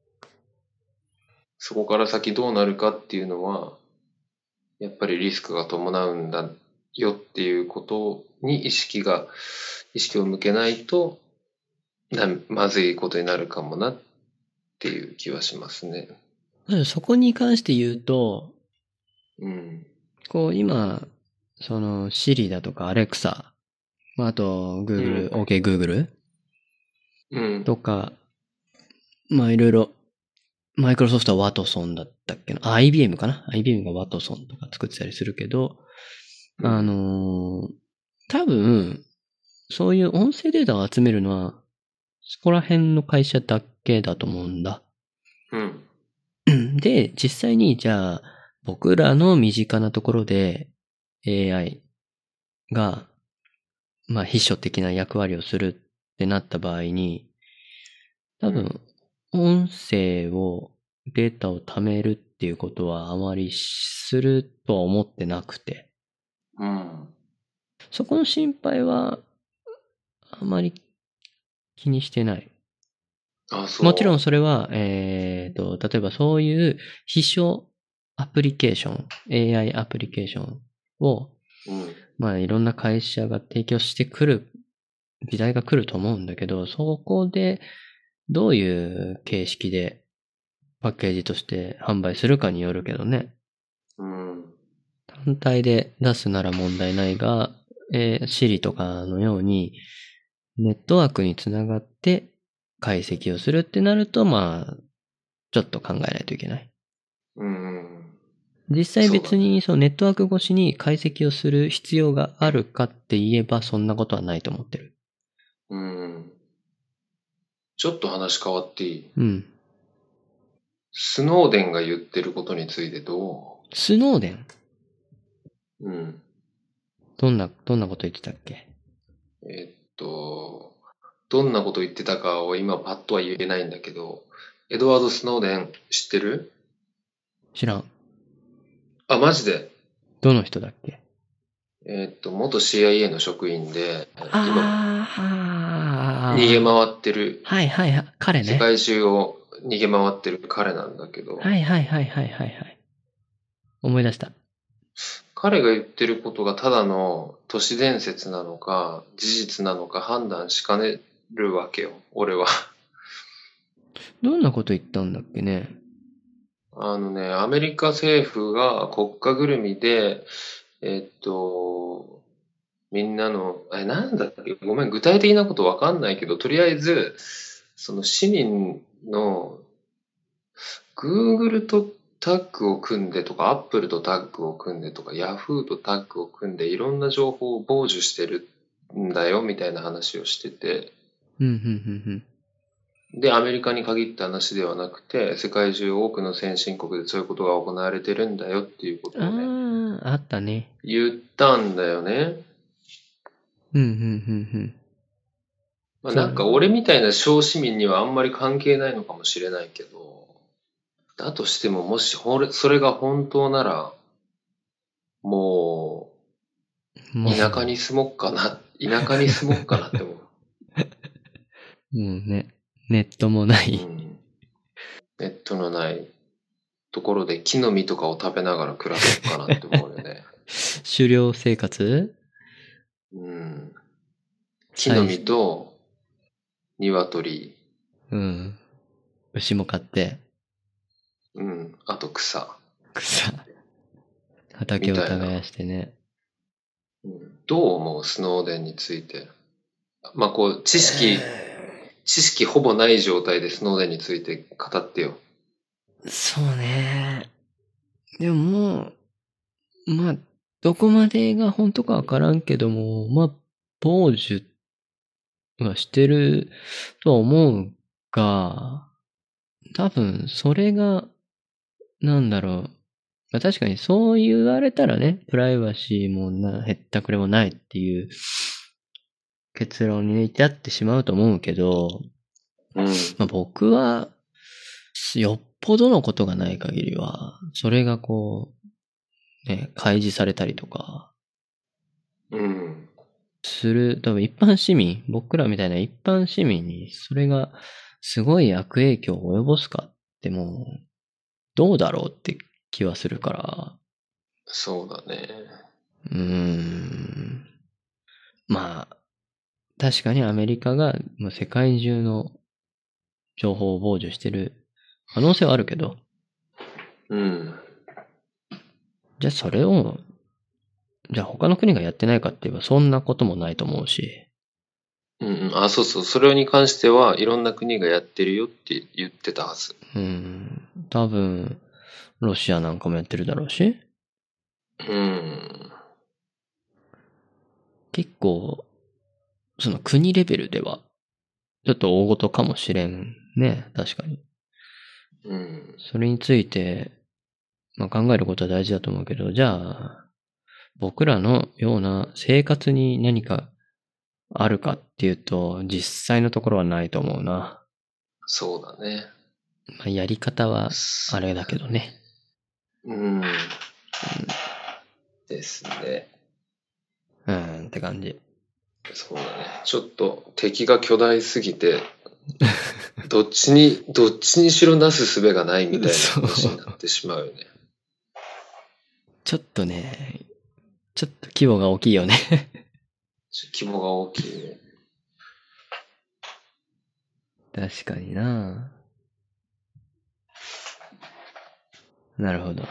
そこから先どうなるかっていうのは、やっぱりリスクが伴うんだよっていうことに意識が、意識を向けないと、なまずいことになるかもなっていう気はしますね。 そこに関して言うと、 うん。 こう今、その Siri だとか Alexa、まあ、あと Google、 うん。 OK Google うん。 とか、まあいろいろ、マイクロソフトはワトソンだったっけな。あ、アイビーエム かな ?アイビーエム がワトソンとか作ってたりするけど、 うんあのー多分、そういう音声データを集めるのは、そこら辺の会社だけだと思うんだ。 うん。 で、実際に、じゃあ、僕らの身近なところで エーアイ が、まあ、秘書的な役割をするってなった場合に、多分、音声を、データを貯めるっていうことはあまりするとは思ってなくて、 うん。 そこの心配はあまり気にしてない。 あ、そう。 もちろんそれは、えっと、例えばそういう秘書アプリケーション、エーアイ アプリケーションを、 うん。 まあいろんな会社が提供してくる時代が来ると思うんだけど、そこでどういう形式でパッケージとして販売するかによるけどね。 うん。 単体で出すなら問題ないが、えー、Siri とかのようにネットワークにつながって解析をするってなると、まあ、ちょっと考えないといけない。 うん。 実際別にそのネットワーク越しに解析をする必要があるかって言えばそんなことはないと思ってる。 うん。ちょっと話変わっていい？ うん。 スノーデンが言ってることについてどスノーデンう？うん。 どんな、どんなこと言ってたっけ？ えっと、どんなこと言ってたかを今パッとは言えないんだけど、エドワード・スノーデン知ってる？ 知らん。 あ、マジで？ どの人だっけ？ えっと、元 シーアイエー の職員で、今、 あ逃げ回ってる、 はいはいはい。彼ね。 世界中を逃げ回ってる彼なんだけど、 はいはいはいはいはいはい。思い出した。 彼が言ってることがただの都市伝説なのか、事実なのか判断しかねるわけよ、俺は。 どんなこと言ったんだっけね。 あのね、アメリカ政府が国家ぐるみで、えっと、みんなの、え、なんだっけ、ごめん、具体的なことわかんないけど、とりあえず、その市民の Google とタッグを組んでとか、Apple とタッグを組んでとか、Yahoo とタッグを組んでいろんな情報を傍受してるんだよみたいな話をしてて、 うん、うん、うん、 で、アメリカに限った話ではなくて、世界中多くの先進国でそういうことが行われてるんだよっていうことうん。 をね、 ああ、あったね。 言ったんだよね。 うん、うん、うん、 まあ、 そうなんか俺みたいな小市民にはあんまり関係ないのかもしれないけど、だとしてももしほれそれが本当なら、もうん。 うもう、 田舎に住もっかな、田舎に住もっかなって思う。 もうね、ネットもなうい。 ん、ネットのないところで木の実とかを食べながら暮らそうかなって思うよね。 狩猟生活うん。木の実と鶏、 うん。牛も飼って、 うん、あと草草、畑をみたいな。 耕してね。 うん、どう思うスノーデンについて。まあこう、知識、知識ほぼない状態でスノーデンについて語ってよ。 そうね。でももう、まあ、どこまでが本当かわからんけども、まあ、傍受はしてるとは思うが、多分、それが、なんだろう。まあ、確かにそう言われたらね、プライバシーもな、へったくれもないっていう結論に至ってしまうと思うけど、 うん。 まあ、僕は、よっぽどのことがない限りは、それがこう、ね、開示されたりとか、 うん。 する、多分一般市民、僕らみたいな一般市民に、それがすごい悪影響を及ぼすかってもう、どうだろうって気はするから、 そうだね。 うーん。まあ、確かにアメリカがもう世界中の情報を傍受してる可能性はあるけど、 うん。 じゃあそれを、じゃあ他の国がやってないかって言えばそんなこともないと思うし、 うんうん。あ、そうそう。それに関してはいろんな国がやってるよって言ってたはず。 うん、多分、ロシアなんかもやってるだろうし、 うん。 結構、その国レベルでは、ちょっと大事かもしれんね、確かに。 うん。 それについて、まあ、考えることは大事だと思うけど、じゃあ、僕らのような生活に何かあるかっていうと、実際のところはないと思うな。 そうだね。 まあ、やり方はあれだけどね。 うん。 うん、 ですね。 うんって感じ。 そうだね。ちょっと敵が巨大すぎて、どっちに、どっちにしろなすすべがないみたいな話になってしまうよね。 ちょっとね、ちょっと規模が大きいよね。 規模が大きいね。 確かにな。なるほど。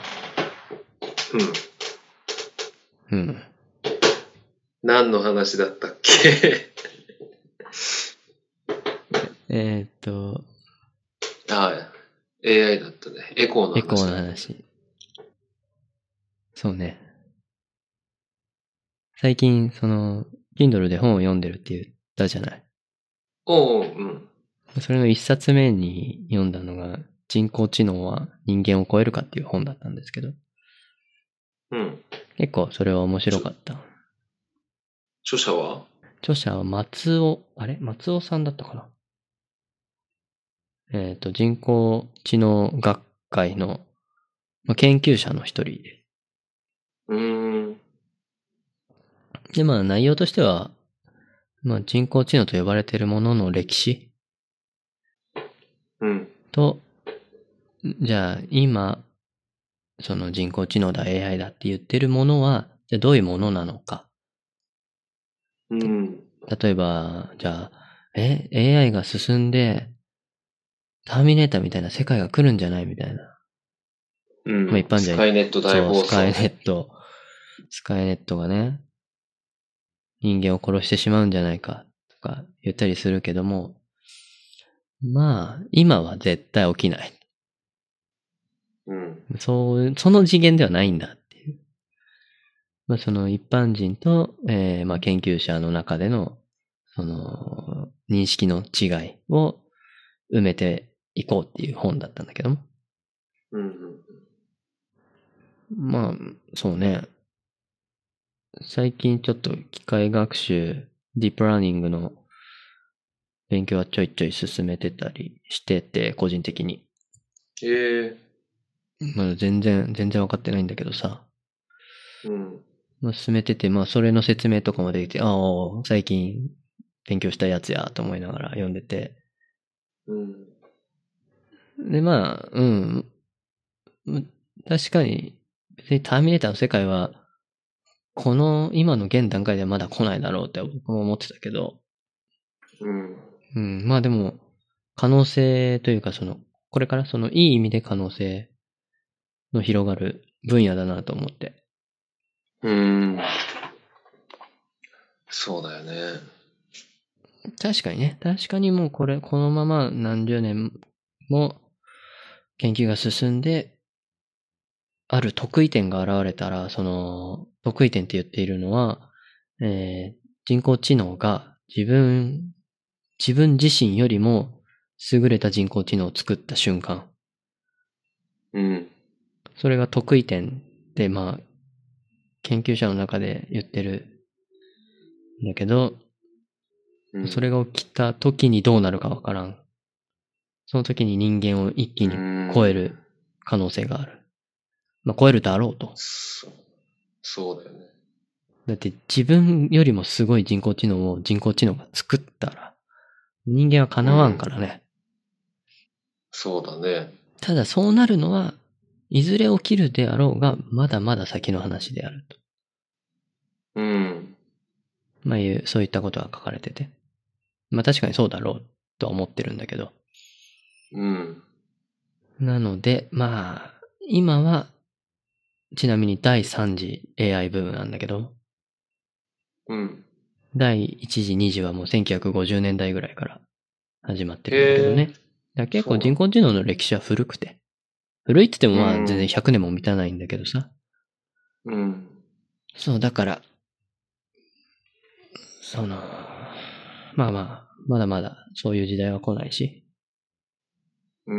うん。 うん。 何の話だったっけえーっと、 ああ、エーアイ だったね。エコーの話だった。 エコーの話。そうね。最近、その、Kindle で本を読んでるって言ったじゃない。 おう、うん。 それの一冊目に読んだのが、人工知能は人間を超えるかっていう本だったんですけど、 うん。 結構それは面白かった。 著者は著者は松尾、あれ松尾さんだったかな。えっと、人工知能学会のまあ研究者の一人で。 うーん。 で、まあ内容としては、まあ人工知能と呼ばれているものの歴史うん。 と、じゃあ今、その人工知能だ、エーアイ だって言ってるものは、じゃあどういうものなのか。 うん。 例えば、じゃあ、え、エーアイ が進んで、ターミネーターみたいな世界が来るんじゃないみたいな。 うん。 まあ一般じゃスカイネット大そう、 放送。 スカイネット、スカイネットがね、人間を殺してしまうんじゃないか、とか言ったりするけども、まあ、今は絶対起きない。 うん。 そう、その次元ではないんだっていう。まあ、その一般人と、えーまあ、研究者の中での、その、認識の違いを埋めていこうっていう本だったんだけども。 うんうんまあ、そうね。最近ちょっと機械学習、ディープラーニングの勉強はちょいちょい進めてたりしてて、個人的に。 ええまだ全然、全然わかってないんだけどさ。 うん。 まあ、進めてて、まあ、それの説明とかもできて、ああ、最近勉強したやつやと思いながら読んでて。 うん。 で、まあ、うん。確かに、別にターミネーターの世界は、この今の現段階ではまだ来ないだろうって僕も思ってたけど、 うん。 うん、まあでも、可能性というかその、これからそのいい意味で可能性の広がる分野だなと思って。 うん。そうだよね。 確かにね、確かにもうこれ、このまま何十年も研究が進んで、ある得意点が現れたら、その、得意点って言っているのは、えー人工知能が自分、自分自身よりも優れた人工知能を作った瞬間。 うん。 それが得意点で、まあ、研究者の中で言ってるんだけど、それうん。 が起きた時にどうなるかわからん。その時に人間を一う気に超えん。 る可能性がある。まあ、超えるだろうと。 そう。そうだよね。 だって自分よりもすごい人工知能を人工知能が作ったら、人間はう叶わんかん。 らね。 そうだね。 ただそうなるのは、いずれ起きるであろうが、まだまだ先の話であると。 うん。 まあいう、そういったことが書かれてて。まあ確かにそうだろうとは思ってるんだけど。 うん。 なので、まあ、今は、ちなみにだいさん次 エーアイ ブームなんだけど、 うん。 だいいち次、に次はもうせんきゅうひゃくごじゅうねんだいぐらいから始まってるんだけどへえ。 ね。だから結構そうなんだ。 人工知能の歴史は古くて。古いって言ってもまあ全然うん。 ひゃくねんも満たないんだけどさ。 うん。 そう、だから、その、まあまあ、まだまだそういう時代は来ないし、 うん。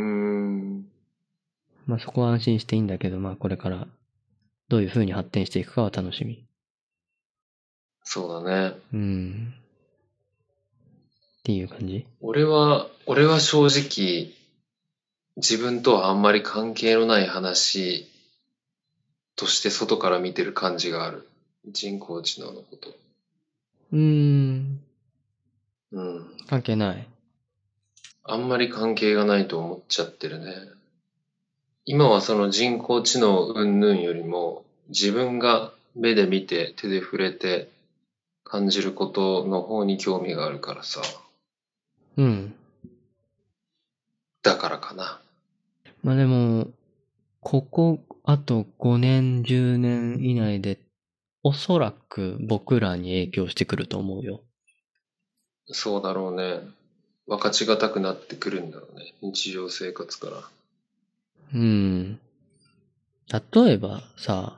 まあそこは安心していいんだけど、まあこれからどういう風に発展していくかは楽しみ。 そうだね。 うん。っていう感じ。 俺は、俺は正直、自分とはあんまり関係のない話として外から見てる感じがある。人工知能のこと。 うーん。 うん。 関係ない。 あんまり関係がないと思っちゃってるね。今はその人工知能云々よりも、自分が目で見て手で触れて感じることの方に興味があるからさ。 うん。 だからかな。 まあでも、ここ、あとごねん、じゅうねん以内で、おそらく僕らに影響してくると思うよ。 そうだろうね。分かちがたくなってくるんだろうね。日常生活から。 うん。例えばさ、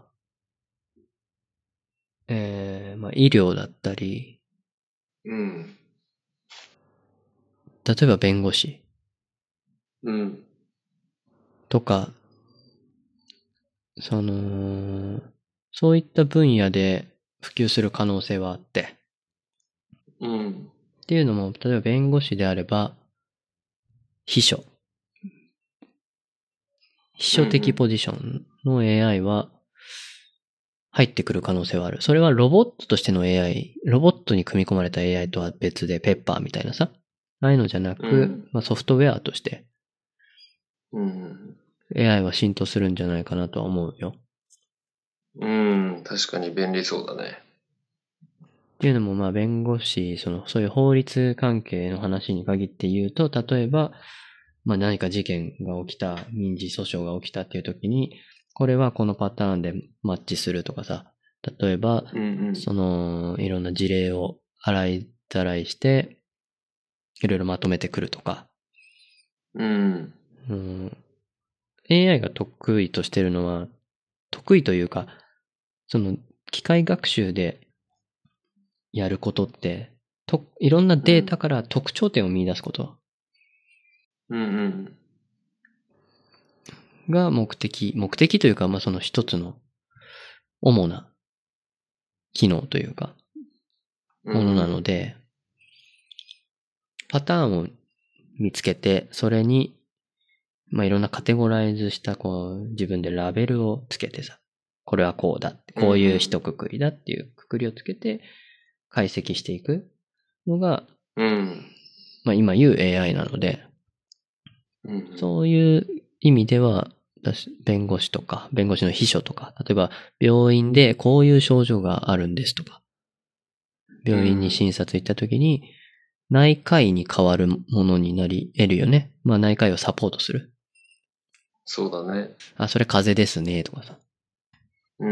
えー、まあ医療だったり、 うん。 例えば弁護士うん。 とか、その、そういった分野で普及する可能性はあって。 うん。 っていうのも、例えば弁護士であれば、秘書。秘書的うん。 ポジションの エーアイ は入ってくる可能性はある。それはロボットとしての エーアイ、ロボットに組み込まれた エーアイ とは別で、ペッパーみたいなさ。ああいうのじゃなく、 うん。 まあ、ソフトウェアとしてうん。 エーアイ は浸透するんじゃないかなとは思うよ。 うん。確かに便利そうだね。 っていうのも、まあ、弁護士、その、そういう法律関係の話に限って言うと、例えば、まあ、何か事件が起きた、民事訴訟が起きたっていう時に、これはこのパターンでマッチするとかさ、例えば、 うん。 その、いろんな事例を洗いざらいして、いろいろまとめてくるとか、 うん。 うん、 エーアイ が得意としてるのは、得意というか、その機械学習でやることって、といろんなデータから特徴点を見出すことうんうん。 が目的、目的というか、まあその一つの主な機能というか、ものなので、パターンを見つけて、それに、まあいろんなカテゴライズしたこう自分でラベルをつけてさ、これはこうだ、こういう一括りだっていうくくりをつけて解析していくのが、 うん。 まあ今言う エーアイ なので、 うんうん、 そういう意味では、私弁護士とか、弁護士の秘書とか、例えば病院でこういう症状があるんですとか、病院に診察行った時に、内科医に変わるものになり得るよね。まあ内科医をサポートする。 そうだね。 あ、それ風邪ですね、とかさ。 うんうん。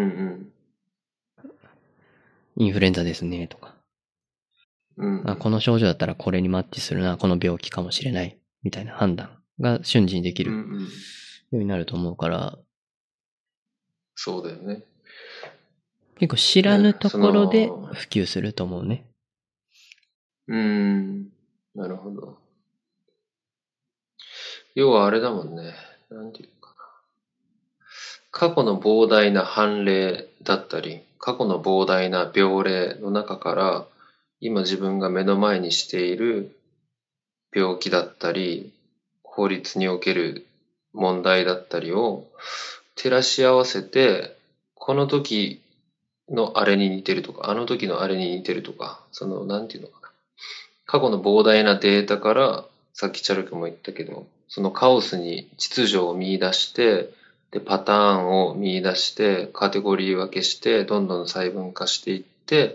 インフルエンザですね、とか。 うんうん、 あ、この症状だったらこれにマッチするな、この病気かもしれない、みたいな判断が瞬時にできるようになると思うから。うんうん、 そうだよね。 結構知らぬところで普及すると思うね。 うーん、なるほど。要はあれだもんね。なんていうかな。過去の膨大な判例だったり、過去の膨大な病例の中から、今自分が目の前にしている病気だったり、法律における問題だったりを照らし合わせて、この時のあれに似てるとか、あの時のあれに似てるとか、その、なんていうのかな。過去の膨大なデータから、さっきチャル君も言ったけど、そのカオスに秩序を見出して、で、パターンを見出して、カテゴリー分けして、どんどん細分化していって、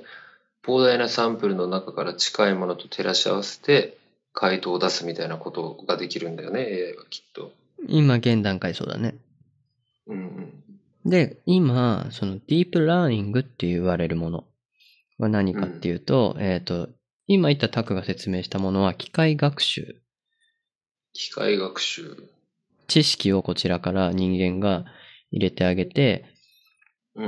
膨大なサンプルの中から近いものと照らし合わせて、回答を出すみたいなことができるんだよね、エーアイ はきっと。 今現段階そうだね。 うんうん。 で、今、そのディープラーニングって言われるものは何かっていうと、うん、えっと、今言ったタクが説明したものは機械学習。 機械学習。 知識をこちらから人間が入れてあげて、 うん。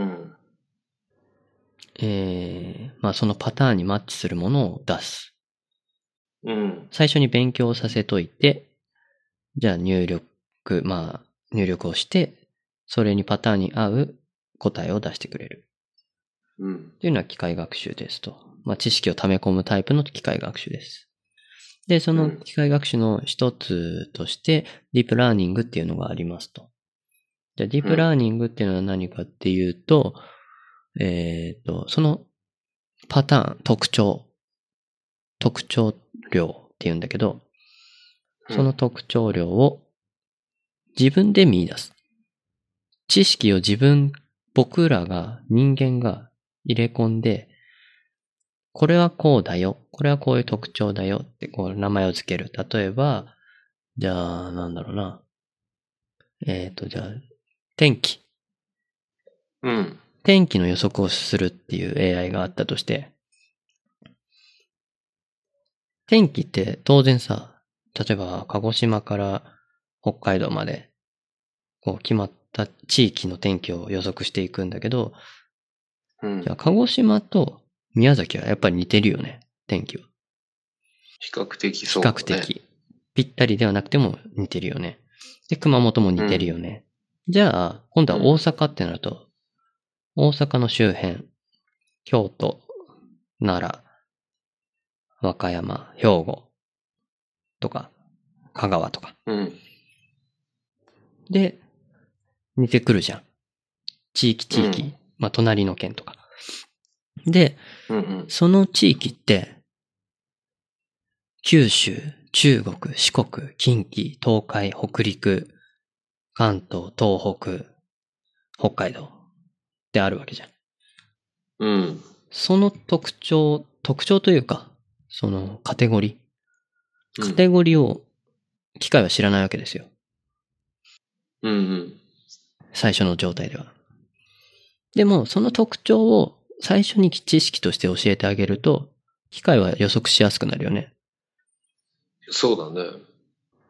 えー、まあそのパターンにマッチするものを出す。 うん。 最初に勉強させといて、じゃあ入力、まあ入力をして、それにパターンに合う答えを出してくれる。 うん。 というのは機械学習ですと。まあ知識を溜め込むタイプの機械学習です。で、その機械学習の一つとして、ディープラーニングっていうのがありますと。じゃあディープラーニングっていうのは何かっていうと、うん、えっと、そのパターン、特徴、特徴量っていうんだけど、その特徴量を自分で見出す。知識を自分、僕らが、人間が入れ込んで、これはこうだよ。これはこういう特徴だよってこう名前をつける。例えば、じゃあ、なんだろうな。えっと、じゃあ、天気。 うん。 天気の予測をするっていう エーアイ があったとして、天気って当然さ、例えば鹿児島から北海道まで、こう決まった地域の天気を予測していくんだけど、 うん、 じゃあ鹿児島と宮崎はやっぱり似てるよね、天気は。 比較的そうだね。 比較的。ぴったりではなくても似てるよね。で、熊本も似てるよね。うん、じゃあ、今度は大阪ってなると、うん、大阪の周辺、京都、奈良、和歌山、兵庫とか、香川とか。 うん、 で、似てくるじゃん。地域地域。うん、まあ、隣の県とか。で、 うんうん、 その地域って、九州、中国、四国、近畿、東海、北陸、関東、東北、北海道ってあるわけじゃん。 うん。 その特徴、特徴というか、そのカテゴリー。カテゴリーを機械は知らないわけですよ。 うんうん。 最初の状態では。でも、その特徴を最初に知識として教えてあげると、機械は予測しやすくなるよね。 そうだね。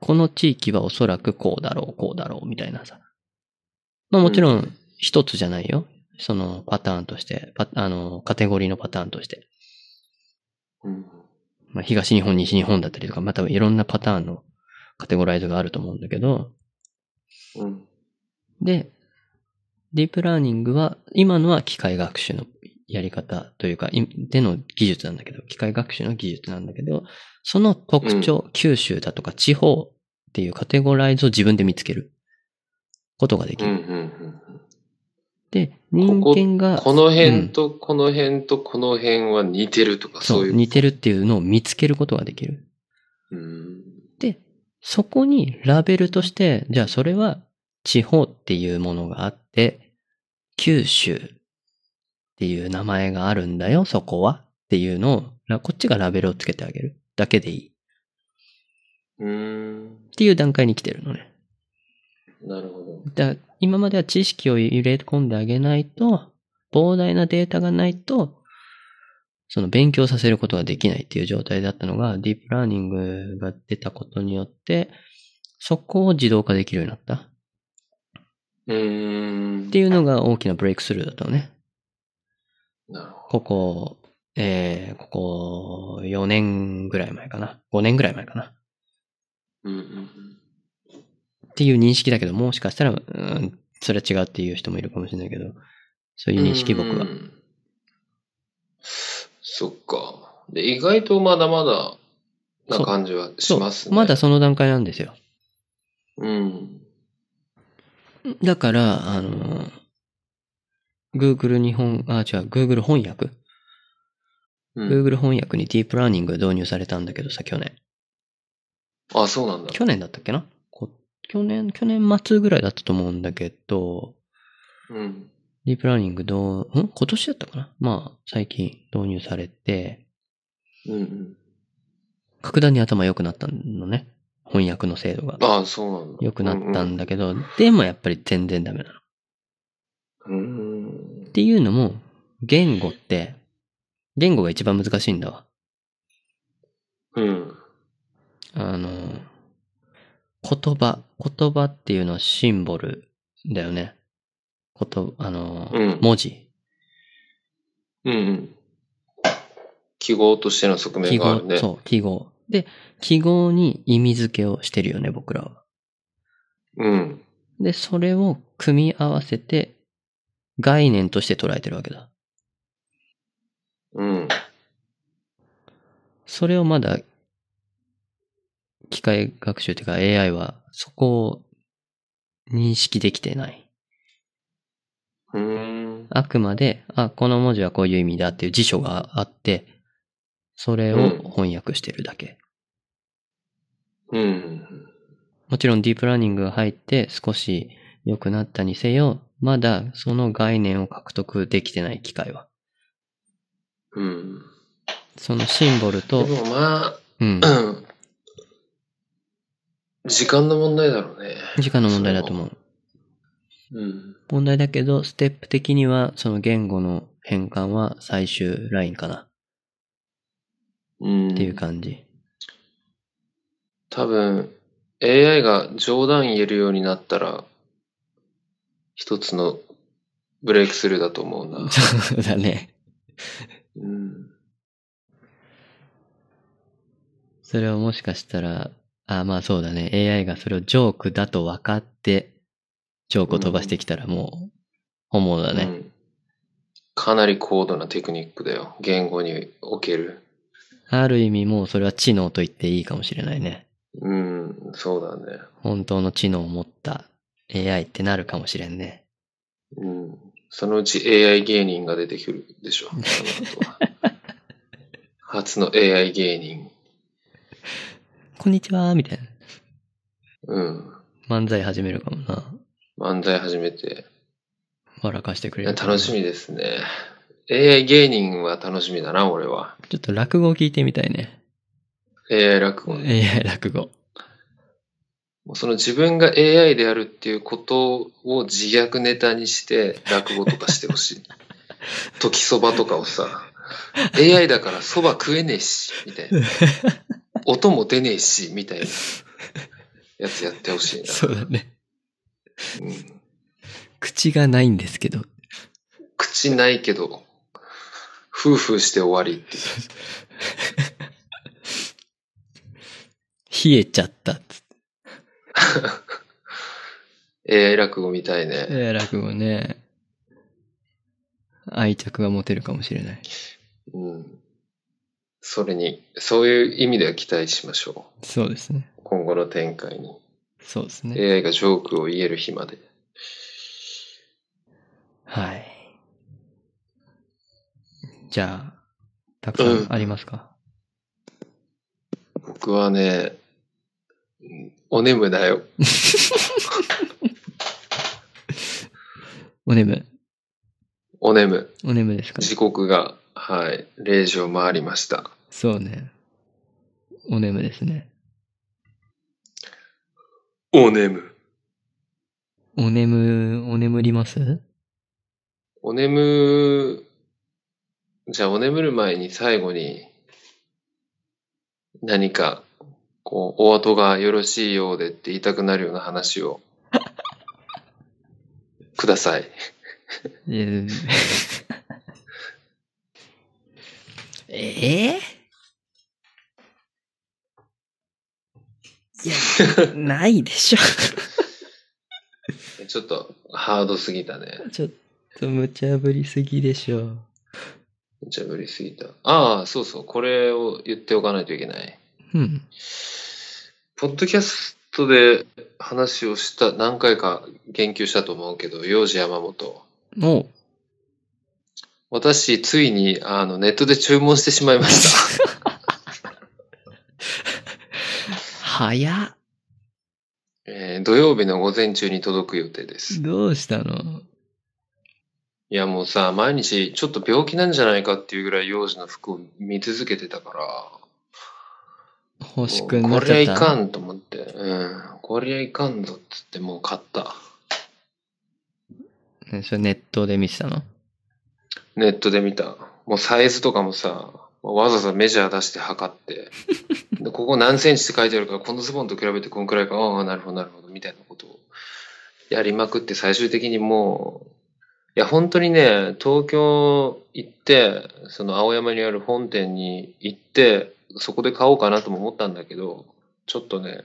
この地域はおそらくこうだろう、こうだろう、みたいなさ。まあもちろん一つじゃないよ。そのパターンとして、パあの、カテゴリーのパターンとして。 うん。 まあ東日本、西日本だったりとか、まあ多分いろんなパターンのカテゴライズがあると思うんだけど、 うん。 で、ディープラーニングは、今のは機械学習のやり方というか、での技術なんだけど、機械学習の技術なんだけど、その特徴、うん、九州だとか地方っていうカテゴライズを自分で見つけることができる。 うんうんうん、 で、人間がここ、この辺とこの辺とこの辺は似てるとか、そういう。 そう、似てるっていうのを見つけることができる。 うん、 で、そこにラベルとして、じゃあそれは地方っていうものがあって、九州っていう名前があるんだよ、そこはっていうのを、こっちがラベルをつけてあげるだけでいい。 うーん。 っていう段階に来てるのね。 なるほど。 だ今までは知識を入れ込んであげないと、膨大なデータがないと、その勉強させることができないっていう状態だったのが、ディープラーニングが出たことによって、そこを自動化できるようになった。 うーん。 っていうのが大きなブレイクスルーだったのね。 なるほど。 ここ、えー、ここよねんぐらい前かな。ごねんぐらい前かな。 うんうんうん。 っていう認識だけど、もしかしたら、うん、それは違うっていう人もいるかもしれないけど、そういう認識僕は。 そっか。で、意外とまだまだな感じはしますね。 まだその段階なんですよ。 うん。 だから、あの、Google 日本、あ、違う、Google 翻訳、うん、Google 翻訳にディープラーニング導入されたんだけどさ、去年。 あ、そうなんだ。 去年だったっけな去年、去年末ぐらいだったと思うんだけど、 うん。 ディープラーニングどう、ん今年だったかなまあ、最近導入されて、 うんうん。 格段に頭良くなったのね。翻訳の精度が。 ああ、そうなんだ。 良くなったんだけど、うんうん、でもやっぱり全然ダメなの。 うーん。 っていうのも、言語って、言語が一番難しいんだわ。 うん。 あの、言葉、言葉っていうのはシンボルだよね。こと、あの、うん、文字。 うんうん。記号としての側面があるね。 記号、そう、記号。で、記号に意味付けをしてるよね、僕らは。 うん。 で、それを組み合わせて、概念として捉えてるわけだ。 うん。 それをまだ、機械学習というか エーアイ は、そこを認識できてない。 うーん。 あくまで、あ、この文字はこういう意味だっていう辞書があって、それを翻訳してるだけ。 うん。うん、 もちろんディープラーニングが入って少し良くなったにせよ、まだその概念を獲得できてない機械は。 うん。 そのシンボルと。 でもまあ、 うん。 時間の問題だろうね。 時間の問題だと思う。 うん。 問題だけど、ステップ的にはその言語の変換は最終ラインかな。うん。っていう感じ。 多分、エーアイ が冗談言えるようになったら、一つのブレイクスルーだと思うな。 そうだね。 うん。 それをもしかしたら、あ、まあそうだね。エーアイ がそれをジョークだと分かって、ジョークを飛ばしてきたらもう、本物だね、うん。 かなり高度なテクニックだよ。言語における。 ある意味もうそれは知能と言っていいかもしれないね。 うん、そうだね。 本当の知能を持った エーアイ ってなるかもしれんね。 うん。そのうち エーアイ 芸人が出てくるでしょ。その後は初の エーアイ 芸人。 こんにちはみたいな。 うん。 漫才始めるかもな。 漫才始めて。 笑かしてくれる。 楽しみですね。エーアイ 芸人は楽しみだな、俺は。 ちょっと落語を聞いてみたいね。 エーアイ 落語、 ね。エーアイ 落語。 その自分が エーアイ であるっていうことを自虐ネタにして落語とかしてほしい。時そばとかをさ、エーアイ だからそば食えねえし、みたいな。音も出ねえし、みたいな。 やつやってほしいな。 そうだね。 うん。 口がないんですけど。 口ないけど、夫婦して終わりっていう。 冷えちゃったっつって。 エーアイ 落語みたいね。 エーアイ 落語ね。愛着が持てるかもしれない。 うん。それに、そういう意味では期待しましょう。そうですね。 今後の展開に。 そうですね。 エーアイ がジョークを言える日まで。 はい。じゃあ、たくさんありますか？ うん、僕はね、お眠だよ。 お眠。 お眠。 お眠ですか？ 時刻が、はい、れいじを回りました。 そうね。お眠ですね。 お眠。 お眠、お眠ります？ お眠、じゃあお眠る前に最後に何か、こう、お後がよろしいようでって言いたくなるような話をください。 いやえー、いや、ないでしょ。 ちょっとハードすぎたね。 ちょっと無茶ぶりすぎでしょ。 無茶ぶりすぎた。ああ、そうそう、これを言っておかないといけない。 うん。 ポッドキャストで話をした、何回か言及したと思うけど、幼児山本。 お私、ついに、あの、ネットで注文してしまいました。 早っ。 えー土曜日の午前中に届く予定です。 どうしたの？ いや、もうさ、毎日ちょっと病気なんじゃないかっていうぐらい幼児の服を見続けてたから、 欲しくなこっちゃった。 りゃいかんと思って、うん、こりゃいかんぞっつってもう買った。 ねそれネットで見てたの？ ネットで見た。もうサイズとかもさ、わざわざメジャー出して測って、でここ何センチって書いてあるから、このズボンと比べてこんくらいか、ああ、なるほど、なるほど、みたいなことをやりまくって最終的にもう、いや、本当にね、東京行って、その青山にある本店に行って、そこで買おうかなとも思ったんだけど、ちょっとね、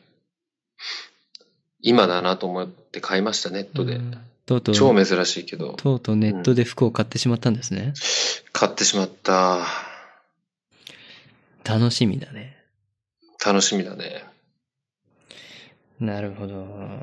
今だなと思って買いました、ネットで。 とうとう超珍しいけど。 とうとうネットで服を買ってしまったんですね。うん、 買ってしまった。 楽しみだね。 楽しみだね。 なるほど。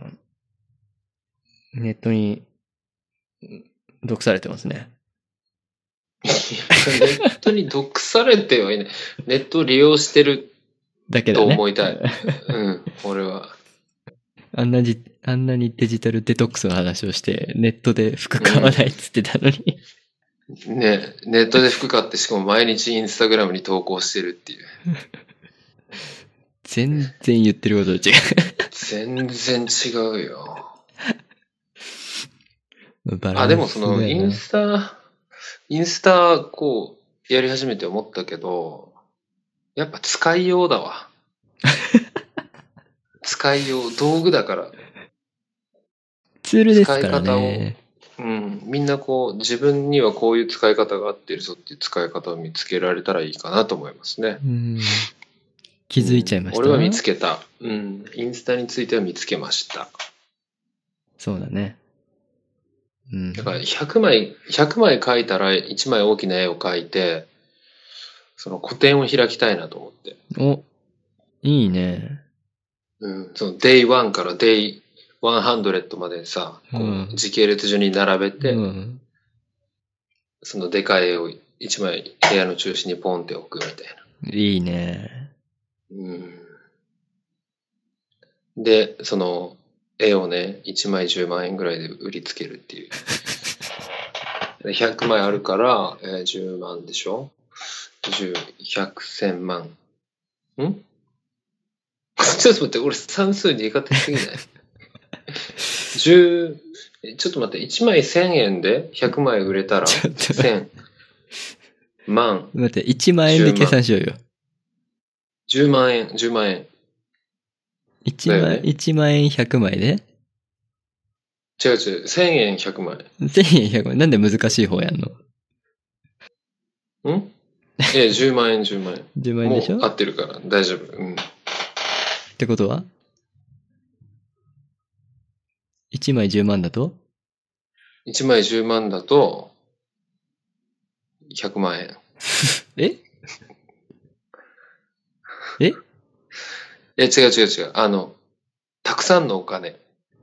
ネットに毒されてますね。 ネットに毒されてはいない。ネットを利用してるだけだね。 と思いたい。うん、俺は。 あんなじ、あんなにデジタルデトックスの話をして、ネットで服買わないっつってたのに。 うん、ね、ネットで服買って、しかも毎日インスタグラムに投稿してるっていう。 全然言ってることと違う。 全然違うよ。あ、でもその、インスタ、インスタ、こう、やり始めて思ったけど、やっぱ使いようだわ。使いよう、道具だから。 ツールですからね。 使い方を、うん、みんなこう、自分にはこういう使い方が合ってるぞっていう使い方を見つけられたらいいかなと思いますね。 うん、気づいちゃいました、 うん、俺は見つけた。うん。インスタについては見つけました。 そうだね。うん。 だからひゃくまい、ひゃくまい描いたらいちまい大きな絵を描いて、その個展を開きたいなと思って。 お、いいね。 うん。その デイワン から デイひゃくまでさ、こう時系列順に並べて、うん、そのでかい絵をいちまい部屋の中心にポンって置くみたいな。 いいね。 うん。で、その絵をね、いちまいじゅうまんえんぐらいで売りつけるっていう。ひゃくまいあるから、えー、じゅうまんでしょ ?じゅう、ひゃく、せんまん。んちょっと待って、俺算数苦手すぎない ?じゅう、ちょっと待って、いちまいせんえんでひゃくまい売れたら、せん、万。 待って、いちまんえんで計算しようよ。 じゅうまんえん、じゅうまんえん。 一万、 だよね一万円ひゃくまいで違う違う、せんえんひゃくまい。 千円ひゃくまい。なんで難しい方やんの？ んえ、じゅうまんえん、じゅうまん円。 じゅうまん円でしょもう合ってるから大丈夫。うん。 ってことはいちまいじゅうまんだといちまいじゅうまんだと、ひゃくまん円。 えええ、違う違う違う。あの、たくさんのお金。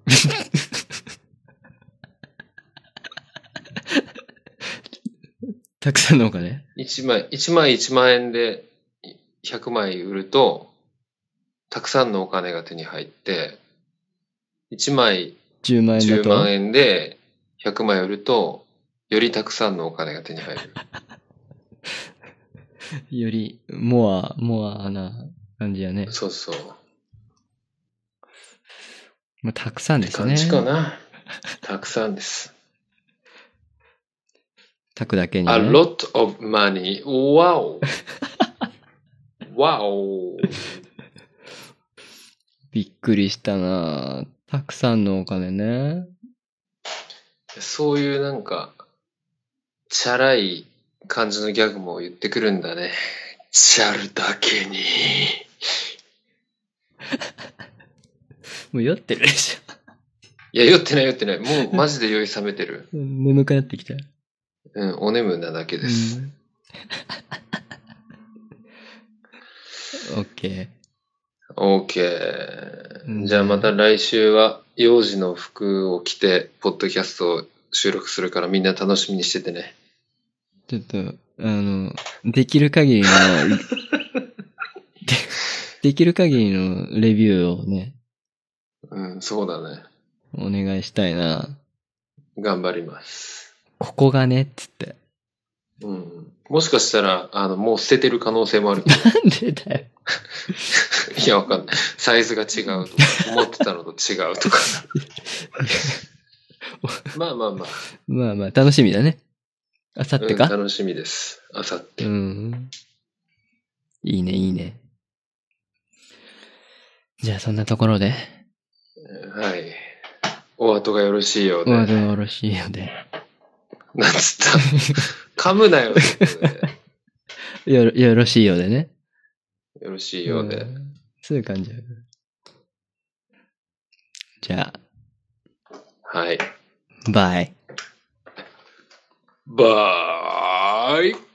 たくさんのお金いちまい、いちまいいちまん円でひゃくまい売ると、たくさんのお金が手に入って、いちまいじゅうまん円だとじゅうまん円でひゃくまい売ると、よりたくさんのお金が手に入る。 より、モア、モアな感じやね。 そうそう。 まあ、たくさんですね。 感じかな。たくさんです。 たくだけにね。 A lot of money. Wow. Wow. びっくりしたな。たくさんのお金ね。 そういうなんか、チャラい感じのギャグも言ってくるんだね。チャルだけに。 もう酔ってるでしいや、酔ってない酔ってない。もうマジで酔い冷めてる。 ょ。眠くなってきた。 うん、お眠なだけです。 うんオッケオーケー。 うんじゃあまた来週は幼児の服を着て、ポッドキャストを収録するからみんな楽しみにしててね。 ー。ちょっと、あの、できる限りの、で、できる限りのレビューをね、 うん、そうだね。 お願いしたいな。 頑張ります。 ここがね、つって。 うん。もしかしたら、あの、もう捨ててる可能性もあるけど。 なんでだよ。 いや、わかんない。サイズが違うとか、思ってたのと違うとか。まあまあまあ。 まあまあ、楽しみだね。あさってか、 うん、楽しみです。あさって。 うん。いいね、いいね。じゃあ、そんなところで、 はい。お後がよろしいようで。 お後がよろしいようで。 なんつった噛むなよ、そこでよろ、よろしいようでね。 よろしいようで。 んそういう感じ。じゃはい。 あ、バイ。 バーイ